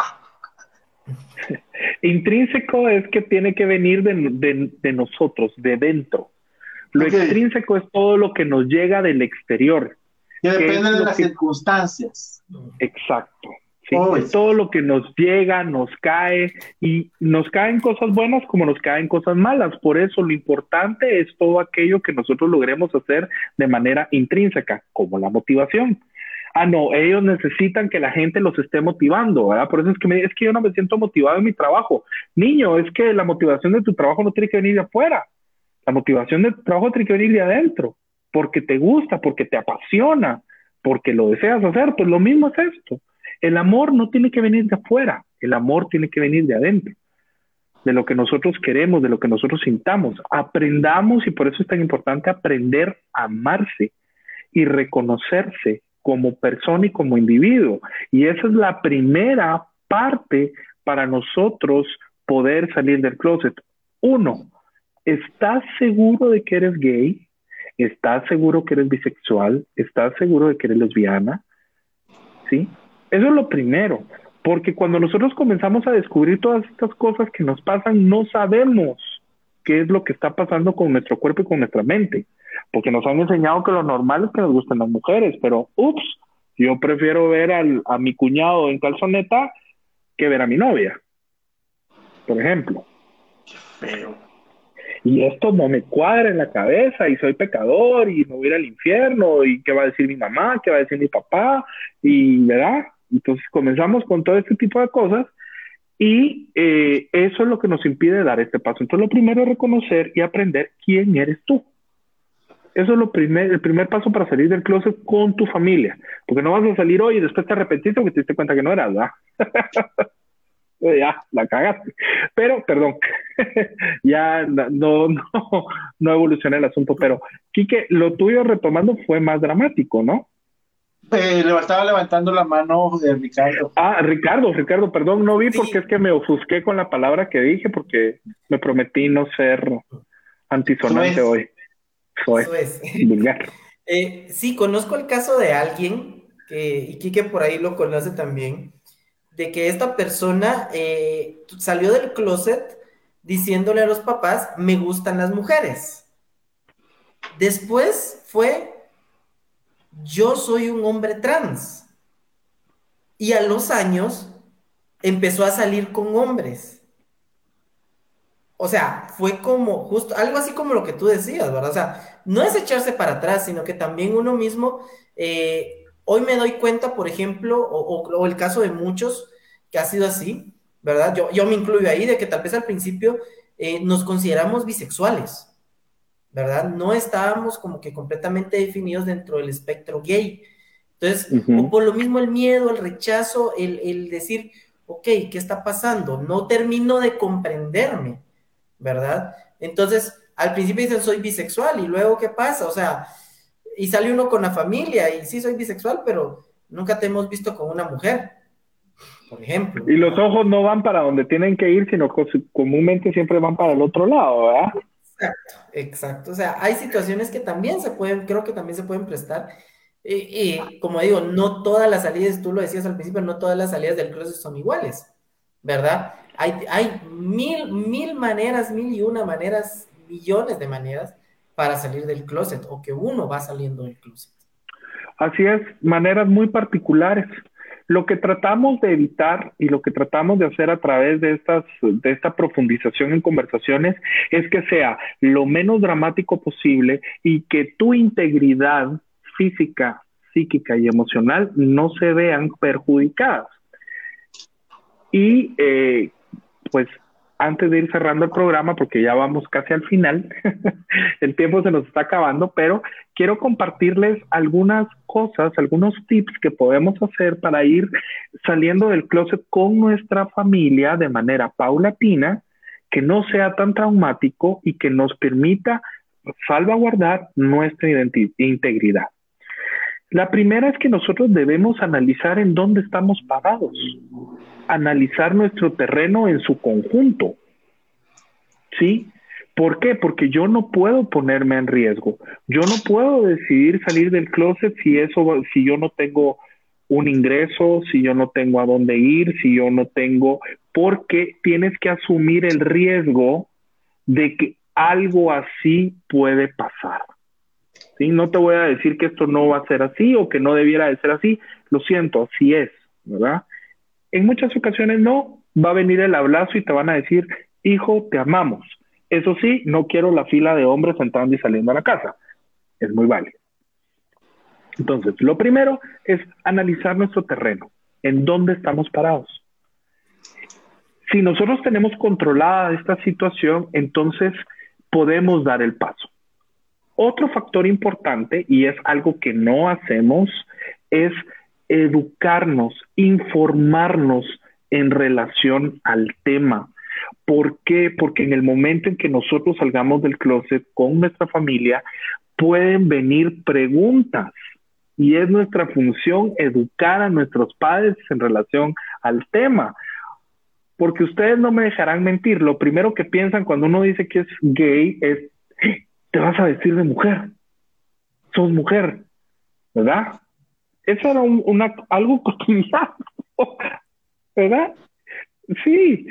Intrínseco es que tiene que venir de nosotros, de dentro. Lo extrínseco es todo lo que nos llega del exterior. Que depende de las circunstancias. Exacto. ¿Sí? Es todo lo que nos llega, nos cae, y nos caen cosas buenas como nos caen cosas malas. Por eso lo importante es todo aquello que nosotros logremos hacer de manera intrínseca, como la motivación. No, ellos necesitan que la gente los esté motivando, ¿verdad? Por eso es que yo no me siento motivado en mi trabajo. Niño, es que la motivación de tu trabajo no tiene que venir de afuera. La motivación de tu trabajo tiene que venir de adentro, porque te gusta, porque te apasiona, porque lo deseas hacer. Pues lo mismo es esto. El amor no tiene que venir de afuera, el amor tiene que venir de adentro, de lo que nosotros queremos, de lo que nosotros sintamos. Aprendamos, y por eso es tan importante aprender a amarse y reconocerse como persona y como individuo. Y esa es la primera parte para nosotros poder salir del closet. 1, ¿estás seguro de que eres gay? ¿Estás seguro que eres bisexual? ¿Estás seguro de que eres lesbiana? ¿Sí? Eso es lo primero, porque cuando nosotros comenzamos a descubrir todas estas cosas que nos pasan, no sabemos qué es lo que está pasando con nuestro cuerpo y con nuestra mente, porque nos han enseñado que lo normal es que nos gusten las mujeres, pero yo prefiero ver a mi cuñado en calzoneta que ver a mi novia, por ejemplo. Pero... y esto no me cuadra en la cabeza, y soy pecador, y me voy a ir al infierno, y qué va a decir mi mamá, qué va a decir mi papá, y ¿verdad? Entonces comenzamos con todo este tipo de cosas, y eso es lo que nos impide dar este paso. Entonces lo primero es reconocer y aprender quién eres tú. Eso es el primer paso para salir del closet con tu familia, porque no vas a salir hoy y después te arrepentiste porque te diste cuenta que no eras, ¿verdad? Ya, la cagaste. Pero, perdón, ya no evoluciona el asunto, pero Quique, lo tuyo, retomando, fue más dramático, ¿no? Estaba levantando la mano de Ricardo. Ricardo, perdón, no vi, sí. Porque es que me ofusqué con la palabra que dije, porque me prometí no ser antisonante hoy. Eso es. Vulgar. Sí, conozco el caso de alguien, y Quique por ahí lo conoce también, de que esta persona salió del closet diciéndole a los papás, me gustan las mujeres. Después fue, yo soy un hombre trans. Y a los años empezó a salir con hombres. O sea, fue como justo, algo así como lo que tú decías, ¿verdad? O sea, no es echarse para atrás, sino que también uno mismo, hoy me doy cuenta, por ejemplo, o el caso de muchos que ha sido así, ¿verdad? Yo me incluyo ahí, de que tal vez al principio nos consideramos bisexuales, ¿verdad? No estábamos como que completamente definidos dentro del espectro gay. Entonces, o por lo mismo el miedo, el rechazo, el decir, ok, ¿qué está pasando? No termino de comprenderme, ¿verdad? Entonces, al principio dicen soy bisexual, y luego ¿qué pasa? O sea, y sale uno con la familia, y sí soy bisexual, pero nunca te hemos visto con una mujer, por ejemplo. Y los ojos no van para donde tienen que ir, sino comúnmente siempre van para el otro lado, ¿verdad? Exacto. O sea, hay situaciones que también creo que también se pueden prestar. Como digo, no todas las salidas, tú lo decías al principio, no todas las salidas del closet son iguales, ¿verdad? Hay mil maneras, mil y una maneras, millones de maneras para salir del closet, o que uno va saliendo del closet. Así es, maneras muy particulares. Lo que tratamos de evitar y lo que tratamos de hacer a través de esta profundización en conversaciones es que sea lo menos dramático posible y que tu integridad física, psíquica y emocional no se vean perjudicadas. Y pues antes de ir cerrando el programa, porque ya vamos casi al final, el tiempo se nos está acabando, pero quiero compartirles algunas cosas, algunos tips que podemos hacer para ir saliendo del closet con nuestra familia de manera paulatina, que no sea tan traumático y que nos permita salvaguardar nuestra integridad. La primera es que nosotros debemos analizar en dónde estamos parados, analizar nuestro terreno en su conjunto, ¿sí? ¿Por qué? Porque yo no puedo ponerme en riesgo, yo no puedo decidir salir del closet si yo no tengo un ingreso, si yo no tengo a dónde ir, si yo no tengo, porque tienes que asumir el riesgo de que algo así puede pasar. ¿Sí? No te voy a decir que esto no va a ser así o que no debiera de ser así. Lo siento, así es, ¿verdad? En muchas ocasiones no. Va a venir el abrazo y te van a decir, hijo, te amamos. Eso sí, no quiero la fila de hombres entrando y saliendo a la casa. Es muy válido. Entonces, lo primero es analizar nuestro terreno. ¿En dónde estamos parados? Si nosotros tenemos controlada esta situación, entonces podemos dar el paso. Otro factor importante, y es algo que no hacemos, es educarnos, informarnos en relación al tema. ¿Por qué? Porque en el momento en que nosotros salgamos del closet con nuestra familia, pueden venir preguntas. Y es nuestra función educar a nuestros padres en relación al tema. Porque ustedes no me dejarán mentir. Lo primero que piensan cuando uno dice que es gay es, te vas a vestir de mujer, sos mujer, ¿verdad? Eso era algo cotidiano, ¿verdad? Sí.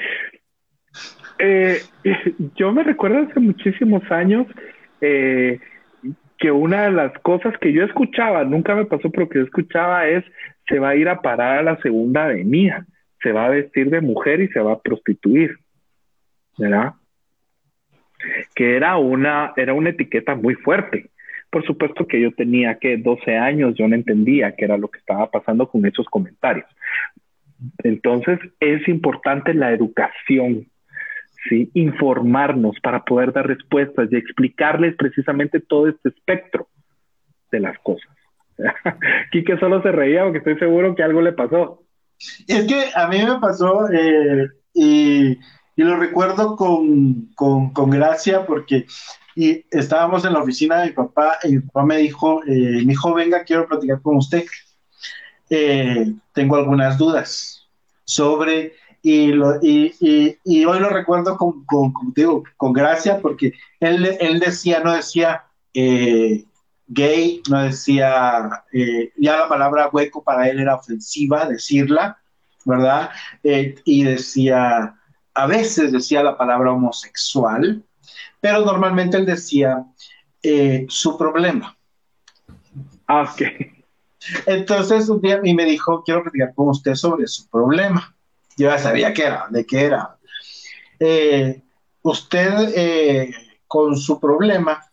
Yo me recuerdo hace muchísimos años que una de las cosas que yo escuchaba, nunca me pasó, pero que yo escuchaba es, se va a ir a parar a la Segunda Avenida, se va a vestir de mujer y se va a prostituir, ¿verdad? Que era una etiqueta muy fuerte. Por supuesto que yo tenía 12 años, yo no entendía qué era lo que estaba pasando con esos comentarios. Entonces es importante la educación, ¿sí? Informarnos para poder dar respuestas y explicarles precisamente todo este espectro de las cosas. Quique solo se reía porque estoy seguro que algo le pasó. Es que a mí me pasó y lo recuerdo con gracia porque estábamos en la oficina de mi papá y mi papá me dijo, mi hijo, venga, quiero platicar con usted. Tengo algunas dudas sobre, y hoy lo recuerdo con gracia porque él decía, no decía gay, no decía, ya la palabra hueco para él era ofensiva decirla, ¿verdad? Y decía, a veces decía la palabra homosexual, pero normalmente él decía su problema. Ah, ok. Entonces un día me dijo, quiero platicar con usted sobre su problema. Yo ya sabía de qué era. Usted, con su problema,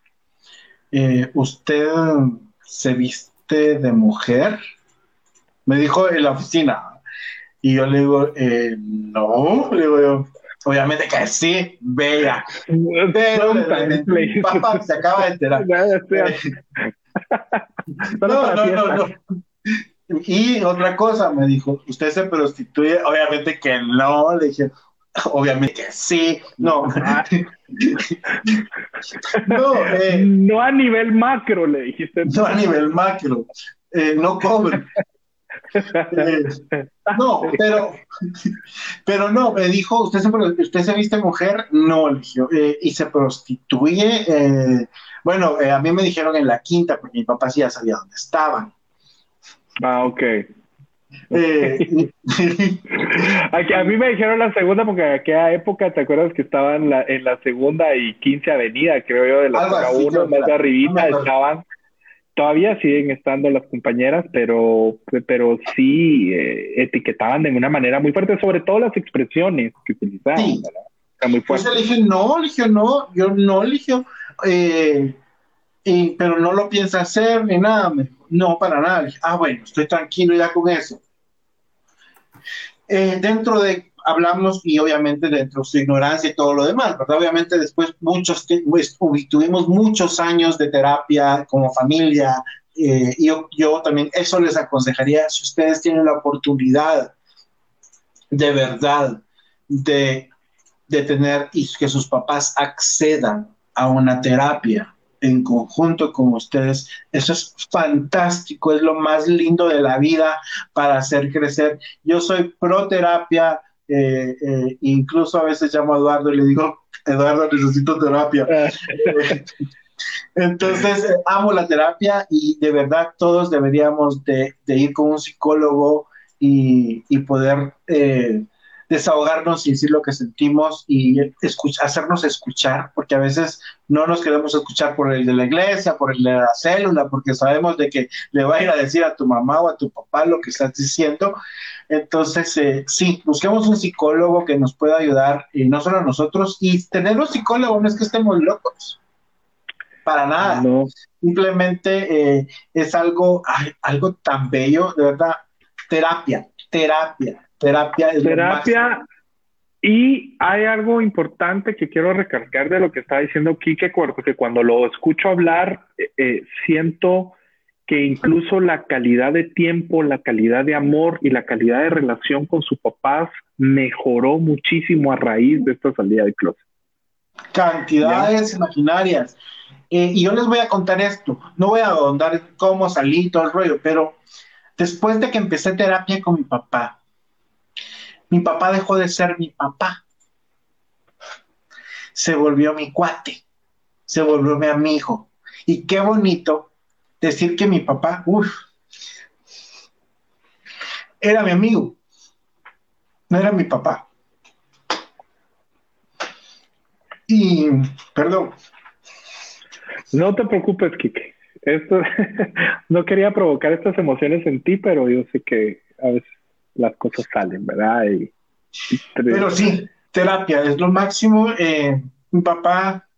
¿usted se viste de mujer? Me dijo en la oficina. Y yo le digo, no, le digo yo, obviamente que sí, vea. Pero papá se acaba de enterar. No. Y otra cosa, me dijo, ¿usted se prostituye? Obviamente que no, le dije, obviamente que sí, no. No a nivel macro, le dijiste. No a nivel macro, no cobro. No, pero no, me dijo, ¿usted se viste mujer? No, le dije, y se prostituye. Bueno, a mí me dijeron en la Quinta, porque mi papá sí ya sabía dónde estaban. Ah, ok. A mí me dijeron la Segunda, porque en aquella época, ¿te acuerdas que estaba en la Segunda y 15 Avenida, creo yo, de la zona 1, más arribita, estaban todavía siguen estando las compañeras, pero sí etiquetaban de una manera muy fuerte, sobre todo las expresiones que utilizaban, Sí. ¿verdad? Era muy Pues fuerte. le dije, no, yo no, le dije, pero no lo piensa hacer ni nada. Me dijo, no, para nada. Le dije, bueno, estoy tranquilo ya con eso. Hablamos y obviamente dentro de su ignorancia y todo lo demás, ¿verdad? Obviamente después tuvimos muchos años de terapia como familia, y yo también eso les aconsejaría, si ustedes tienen la oportunidad de verdad de tener y que sus papás accedan a una terapia en conjunto con ustedes, eso es fantástico, es lo más lindo de la vida para hacer crecer. Yo soy pro terapia, incluso a veces llamo a Eduardo y le digo, Eduardo, necesito terapia. Entonces, amo la terapia y de verdad todos deberíamos de ir con un psicólogo y poder desahogarnos y decir lo que sentimos y hacernos escuchar, porque a veces no nos queremos escuchar por el de la iglesia, por el de la célula, porque sabemos de que le va a ir a decir a tu mamá o a tu papá lo que estás diciendo. Entonces, sí, busquemos un psicólogo que nos pueda ayudar, y no solo a nosotros, y tener un psicólogo no es que estemos locos, para nada. No. Simplemente es algo tan bello, de verdad. Terapia es lo máximo. Y hay algo importante que quiero recalcar de lo que está diciendo Quique, porque cuando lo escucho hablar, siento que incluso la calidad de tiempo, la calidad de amor y la calidad de relación con sus papás mejoró muchísimo a raíz de esta salida de closet. Cantidades imaginarias. Y yo les voy a contar esto, no voy a ahondar en cómo salí todo el rollo, pero después de que empecé terapia con mi papá dejó de ser mi papá, se volvió mi cuate, se volvió mi amigo. Y qué bonito decir que mi papá, era mi amigo, no era mi papá. Y, perdón. No te preocupes, Quique. No quería provocar estas emociones en ti, pero yo sé que a veces las cosas salen, ¿verdad? Pero sí, terapia es lo máximo. Mi papá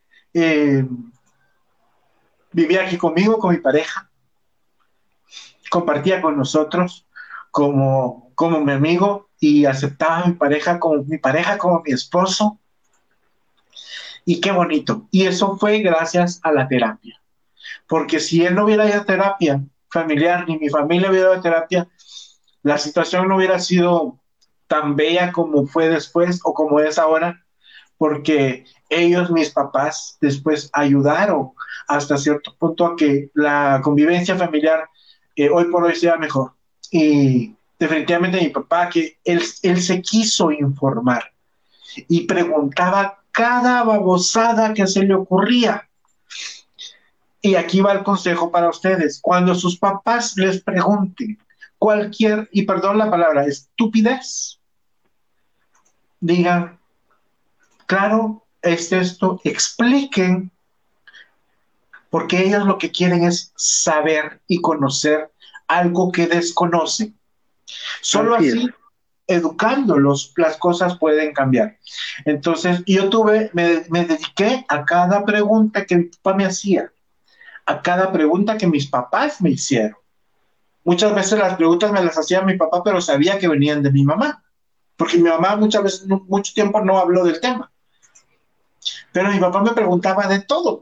vivía aquí conmigo, con mi pareja, compartía con nosotros como mi amigo y aceptaba a mi pareja como mi esposo. Y qué bonito. Y eso fue gracias a la terapia. Porque si él no hubiera ido a terapia familiar, ni mi familia hubiera ido a terapia, la situación no hubiera sido tan bella como fue después o como es ahora, porque ellos, mis papás, después ayudaron hasta cierto punto a que la convivencia familiar hoy por hoy sea mejor. Y definitivamente mi papá, que él se quiso informar y preguntaba cada babosada que se le ocurría. Y aquí va el consejo para ustedes. Cuando sus papás les pregunten cualquier, y perdón la palabra, estupidez, digan, claro, es esto, expliquen, porque ellos lo que quieren es saber y conocer algo que desconocen. Solo así, educándolos, las cosas pueden cambiar. Entonces, yo me dediqué a cada pregunta que mi papá me hacía, a cada pregunta que mis papás me hicieron. Muchas veces las preguntas me las hacía mi papá, pero sabía que venían de mi mamá, porque mi mamá mucho tiempo no habló del tema. Pero mi papá me preguntaba de todo,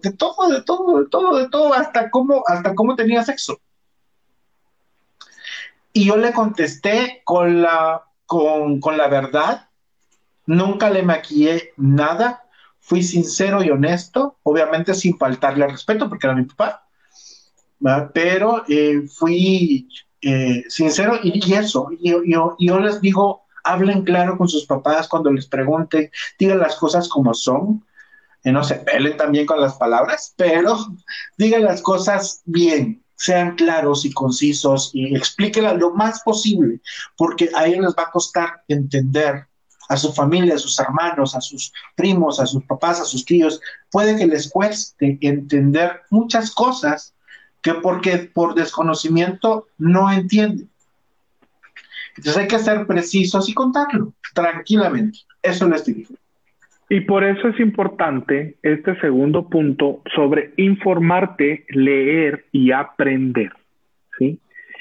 hasta cómo tenía sexo. Y yo le contesté con la verdad, nunca le maquillé nada, fui sincero y honesto, obviamente sin faltarle al respeto, porque era mi papá, ¿verdad? Pero fui sincero y eso, yo les digo, hablen claro con sus papás cuando les pregunten, digan las cosas como son, no se pelen también con las palabras, pero digan las cosas bien, sean claros y concisos y explíquenla lo más posible, porque a ellos les va a costar entender a su familia, a sus hermanos, a sus primos, a sus papás, a sus tíos. Puede que les cueste entender muchas cosas, que porque por desconocimiento no entienden. Entonces hay que ser precisos y contarlo tranquilamente. Eso les digo. Y por eso es importante este segundo punto sobre informarte, leer y aprender, ¿sí?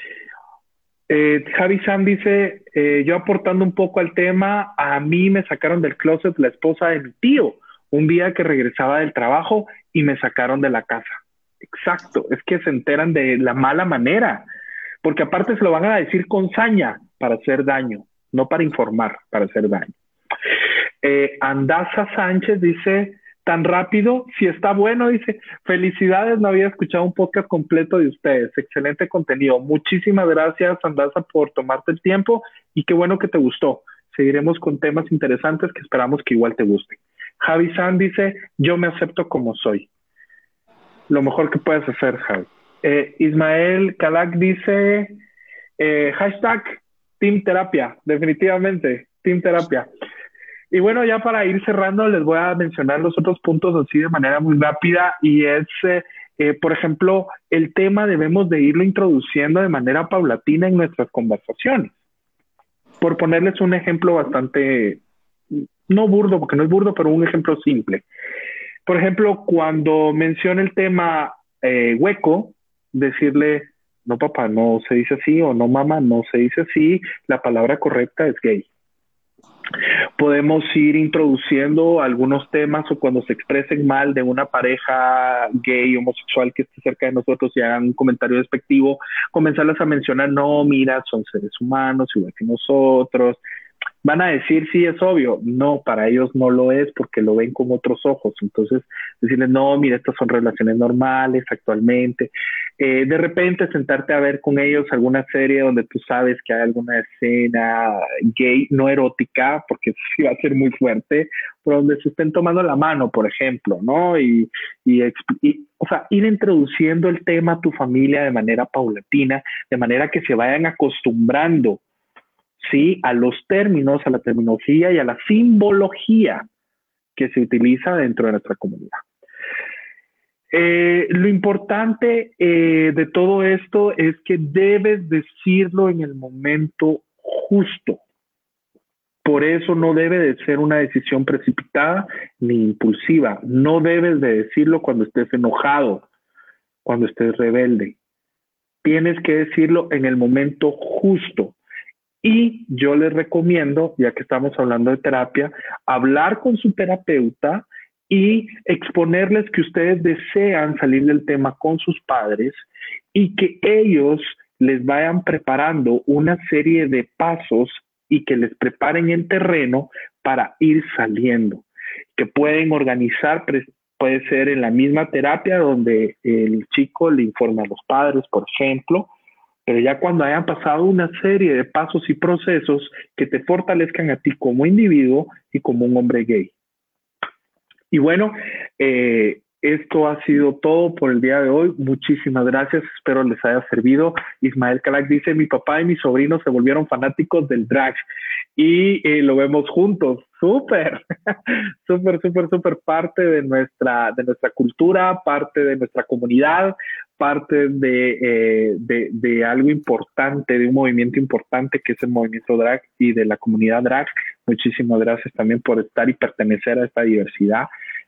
Javi Sam dice, yo aportando un poco al tema, a mí me sacaron del closet la esposa de mi tío, un día que regresaba del trabajo y me sacaron de la casa. Exacto, es que se enteran de la mala manera, porque aparte se lo van a decir con saña para hacer daño, no para informar, para hacer daño. Andasa Sánchez dice, tan rápido, si está bueno, dice, felicidades, no había escuchado un podcast completo de ustedes, excelente contenido, muchísimas gracias Andasa por tomarte el tiempo y qué bueno que te gustó, seguiremos con temas interesantes que esperamos que igual te gusten. Javi San dice, yo me acepto como soy, lo mejor que puedes hacer, Javi. Ismael Kalak dice, hashtag Team Terapia, definitivamente, Team Terapia. Y bueno, ya para ir cerrando, les voy a mencionar los otros puntos así de manera muy rápida y es, por ejemplo, el tema debemos de irlo introduciendo de manera paulatina en nuestras conversaciones. Por ponerles un ejemplo bastante, no burdo, porque no es burdo, pero un ejemplo simple. Por ejemplo, cuando menciona el tema hueco, decirle, no papá, no se dice así, o no mamá, no se dice así, la palabra correcta es gay. Podemos ir introduciendo algunos temas o cuando se expresen mal de una pareja gay, homosexual que esté cerca de nosotros y hagan un comentario despectivo, comenzarles a mencionar, no, mira, son seres humanos igual que nosotros. Van a decir, sí, es obvio. No, para ellos no lo es porque lo ven con otros ojos. Entonces, decirles, no, mira, estas son relaciones normales actualmente. De repente, sentarte a ver con ellos alguna serie donde tú sabes que hay alguna escena gay, no erótica, porque sí va a ser muy fuerte, pero donde se estén tomando la mano, por ejemplo, ¿no? O sea, ir introduciendo el tema a tu familia de manera paulatina, de manera que se vayan acostumbrando, ¿sí?, a los términos, a la terminología y a la simbología que se utiliza dentro de nuestra comunidad. Lo importante de todo esto es que debes decirlo en el momento justo. Por eso no debe de ser una decisión precipitada ni impulsiva. No debes de decirlo cuando estés enojado, cuando estés rebelde. Tienes que decirlo en el momento justo. Y yo les recomiendo, ya que estamos hablando de terapia, hablar con su terapeuta y exponerles que ustedes desean salir del tema con sus padres y que ellos les vayan preparando una serie de pasos y que les preparen el terreno para ir saliendo. Que pueden organizar, puede ser en la misma terapia donde el chico le informa a los padres, por ejemplo, pero ya cuando hayan pasado una serie de pasos y procesos que te fortalezcan a ti como individuo y como un hombre gay. Y bueno, esto ha sido todo por el día de hoy. Muchísimas gracias, espero les haya servido. Ismael Kalak dice, mi papá y mi sobrino se volvieron fanáticos del drag y lo vemos juntos. Súper, súper parte de nuestra cultura, parte de nuestra comunidad, parte de algo importante, de un movimiento importante que es el movimiento drag y de la comunidad drag. Muchísimas gracias también por estar y pertenecer a esta diversidad.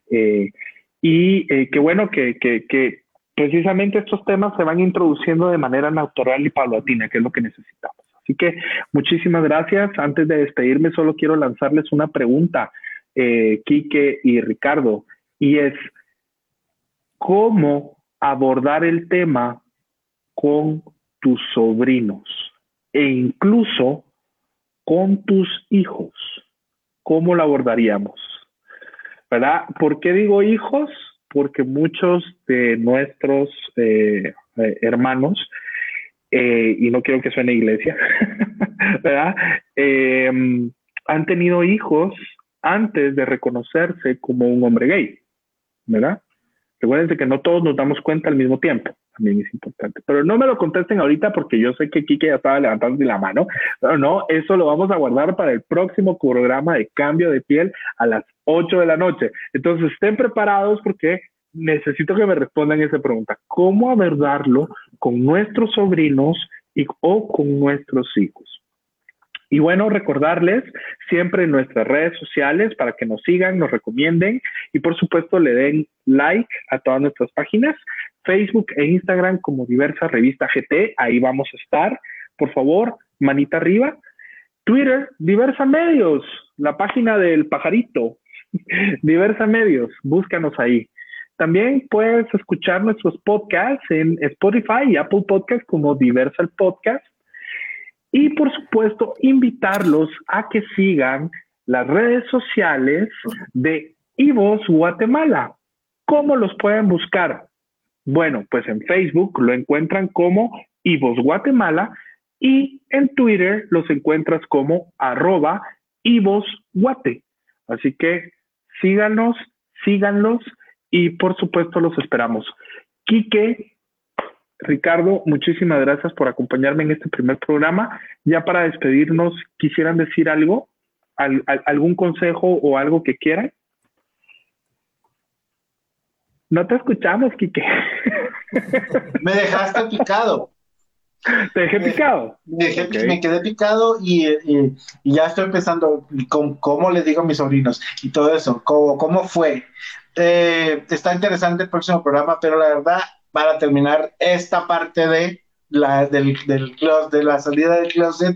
Qué bueno que precisamente estos temas se van introduciendo de manera natural y paulatina, que es lo que necesitamos. Así que muchísimas gracias. Antes de despedirme, solo quiero lanzarles una pregunta, Quique y Ricardo, y es, ¿cómo abordar el tema con tus sobrinos e incluso con tus hijos? ¿Cómo lo abordaríamos? ¿Verdad? ¿Por qué digo hijos? Porque muchos de nuestros hermanos, y no quiero que suene iglesia, ¿verdad? Han tenido hijos antes de reconocerse como un hombre gay, ¿verdad? Recuérdense que no todos nos damos cuenta al mismo tiempo, también es importante. Pero no me lo contesten ahorita porque yo sé que Kike ya estaba levantando la mano. Pero no, eso lo vamos a guardar para el próximo programa de Cambio de Piel a las 8 de la noche. Entonces estén preparados porque necesito que me respondan esa pregunta. ¿Cómo abordarlo con nuestros sobrinos o con nuestros hijos? Y bueno, recordarles siempre en nuestras redes sociales para que nos sigan, nos recomienden y por supuesto le den like a todas nuestras páginas, Facebook e Instagram como Diversa Revista GT, ahí vamos a estar. Por favor, manita arriba. Twitter, Diversa Medios, la página del pajarito, Diversa Medios, búscanos ahí. También puedes escuchar nuestros podcasts en Spotify y Apple Podcasts como Diversa el Podcast. Y por supuesto, invitarlos a que sigan las redes sociales de iVoz Guatemala. ¿Cómo los pueden buscar? Bueno, pues en Facebook lo encuentran como iVoz Guatemala y en Twitter los encuentras como @ivozguate. Así que síganlos y por supuesto los esperamos. Quique, Ricardo, muchísimas gracias por acompañarme en este primer programa. Ya para despedirnos, ¿quisieran decir algo? ¿Algún consejo o algo que quieran? No te escuchamos, Quique. Me dejaste picado. ¿Te dejé picado? Me quedé picado y ya estoy pensando con cómo le digo a mis sobrinos y todo eso, cómo fue. Está interesante el próximo programa, pero la verdad, para terminar esta parte de la salida del closet,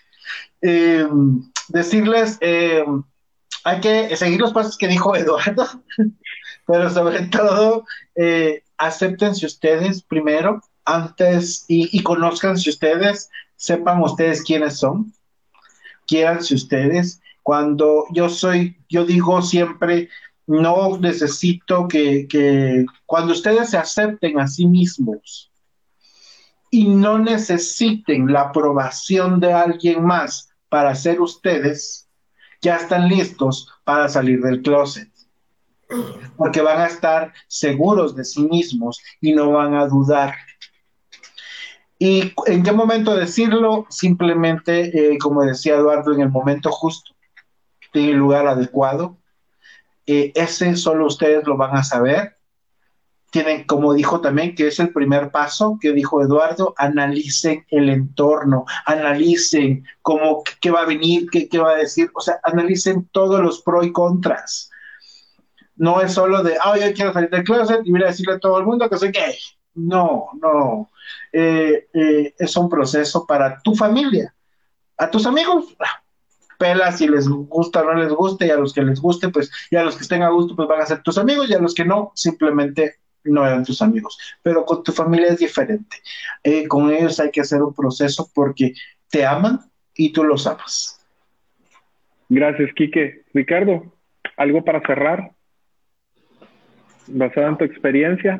decirles, hay que seguir los pasos que dijo Eduardo, pero sobre todo, acéptense ustedes primero, antes, y conózcanse ustedes, sepan ustedes quiénes son, quiéranse ustedes. Cuando yo digo siempre, no necesito que cuando ustedes se acepten a sí mismos y no necesiten la aprobación de alguien más para ser ustedes, ya están listos para salir del closet. Porque van a estar seguros de sí mismos y no van a dudar. ¿Y en qué momento decirlo? Simplemente, como decía Eduardo, en el momento justo, en el lugar adecuado. Ese solo ustedes lo van a saber. Tienen, como dijo también, que es el primer paso que dijo Eduardo, analicen el entorno, analicen qué va a venir, qué va a decir, o sea, analicen todos los pros y contras. No es solo de, yo quiero salir del closet y voy a decirle a todo el mundo que soy gay. No. Es un proceso para tu familia. A tus amigos, pela si les gusta o no les guste, y a los que les guste, pues, y a los que estén a gusto, pues van a ser tus amigos, y a los que no, simplemente no eran tus amigos. Pero con tu familia es diferente. Con ellos hay que hacer un proceso porque te aman y tú los amas. Gracias, Quique. Ricardo, ¿algo para cerrar? Basado en tu experiencia.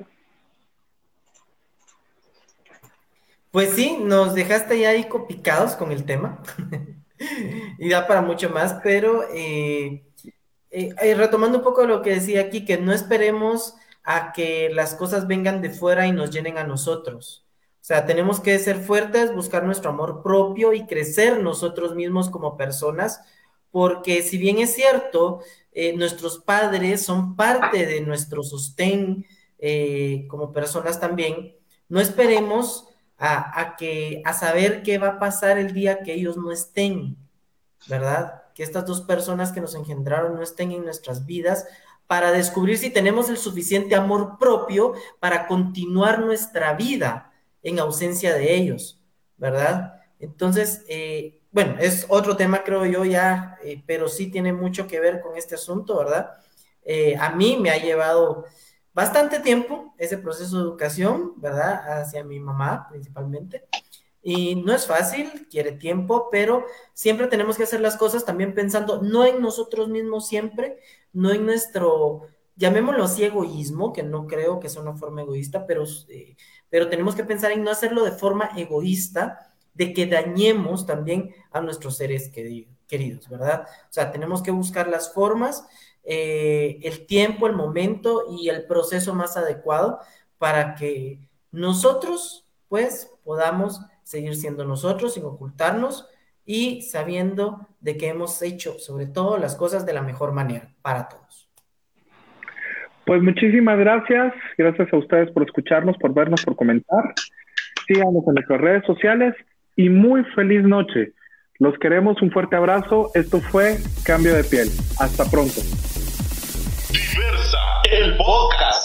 Pues sí, nos dejaste ya ahí picados con el tema y da para mucho más, pero retomando un poco lo que decía aquí, que no esperemos a que las cosas vengan de fuera y nos llenen a nosotros. O sea, tenemos que ser fuertes, buscar nuestro amor propio y crecer nosotros mismos como personas, porque si bien es cierto, nuestros padres son parte de nuestro sostén como personas también, no esperemos a saber qué va a pasar el día que ellos no estén, ¿verdad? Que estas dos personas que nos engendraron no estén en nuestras vidas para descubrir si tenemos el suficiente amor propio para continuar nuestra vida en ausencia de ellos, ¿verdad? Entonces, bueno, es otro tema creo yo ya, pero sí tiene mucho que ver con este asunto, ¿verdad? A mí me ha llevado bastante tiempo ese proceso de educación, ¿verdad? Hacia mi mamá principalmente. Y no es fácil, quiere tiempo, pero siempre tenemos que hacer las cosas también pensando no en nosotros mismos siempre, no en nuestro, llamémoslo así, egoísmo, que no creo que sea una forma egoísta, pero tenemos que pensar en no hacerlo de forma egoísta, de que dañemos también a nuestros seres queridos, ¿verdad? O sea, tenemos que buscar las formas, el tiempo, el momento y el proceso más adecuado para que nosotros, pues, podamos seguir siendo nosotros sin ocultarnos y sabiendo de que hemos hecho, sobre todo, las cosas de la mejor manera para todos. Pues muchísimas gracias. Gracias a ustedes por escucharnos, por vernos, por comentar. Síganos en nuestras redes sociales y muy feliz noche. Los queremos, un fuerte abrazo. Esto fue Cambio de Piel. Hasta pronto. Diversa, el podcast.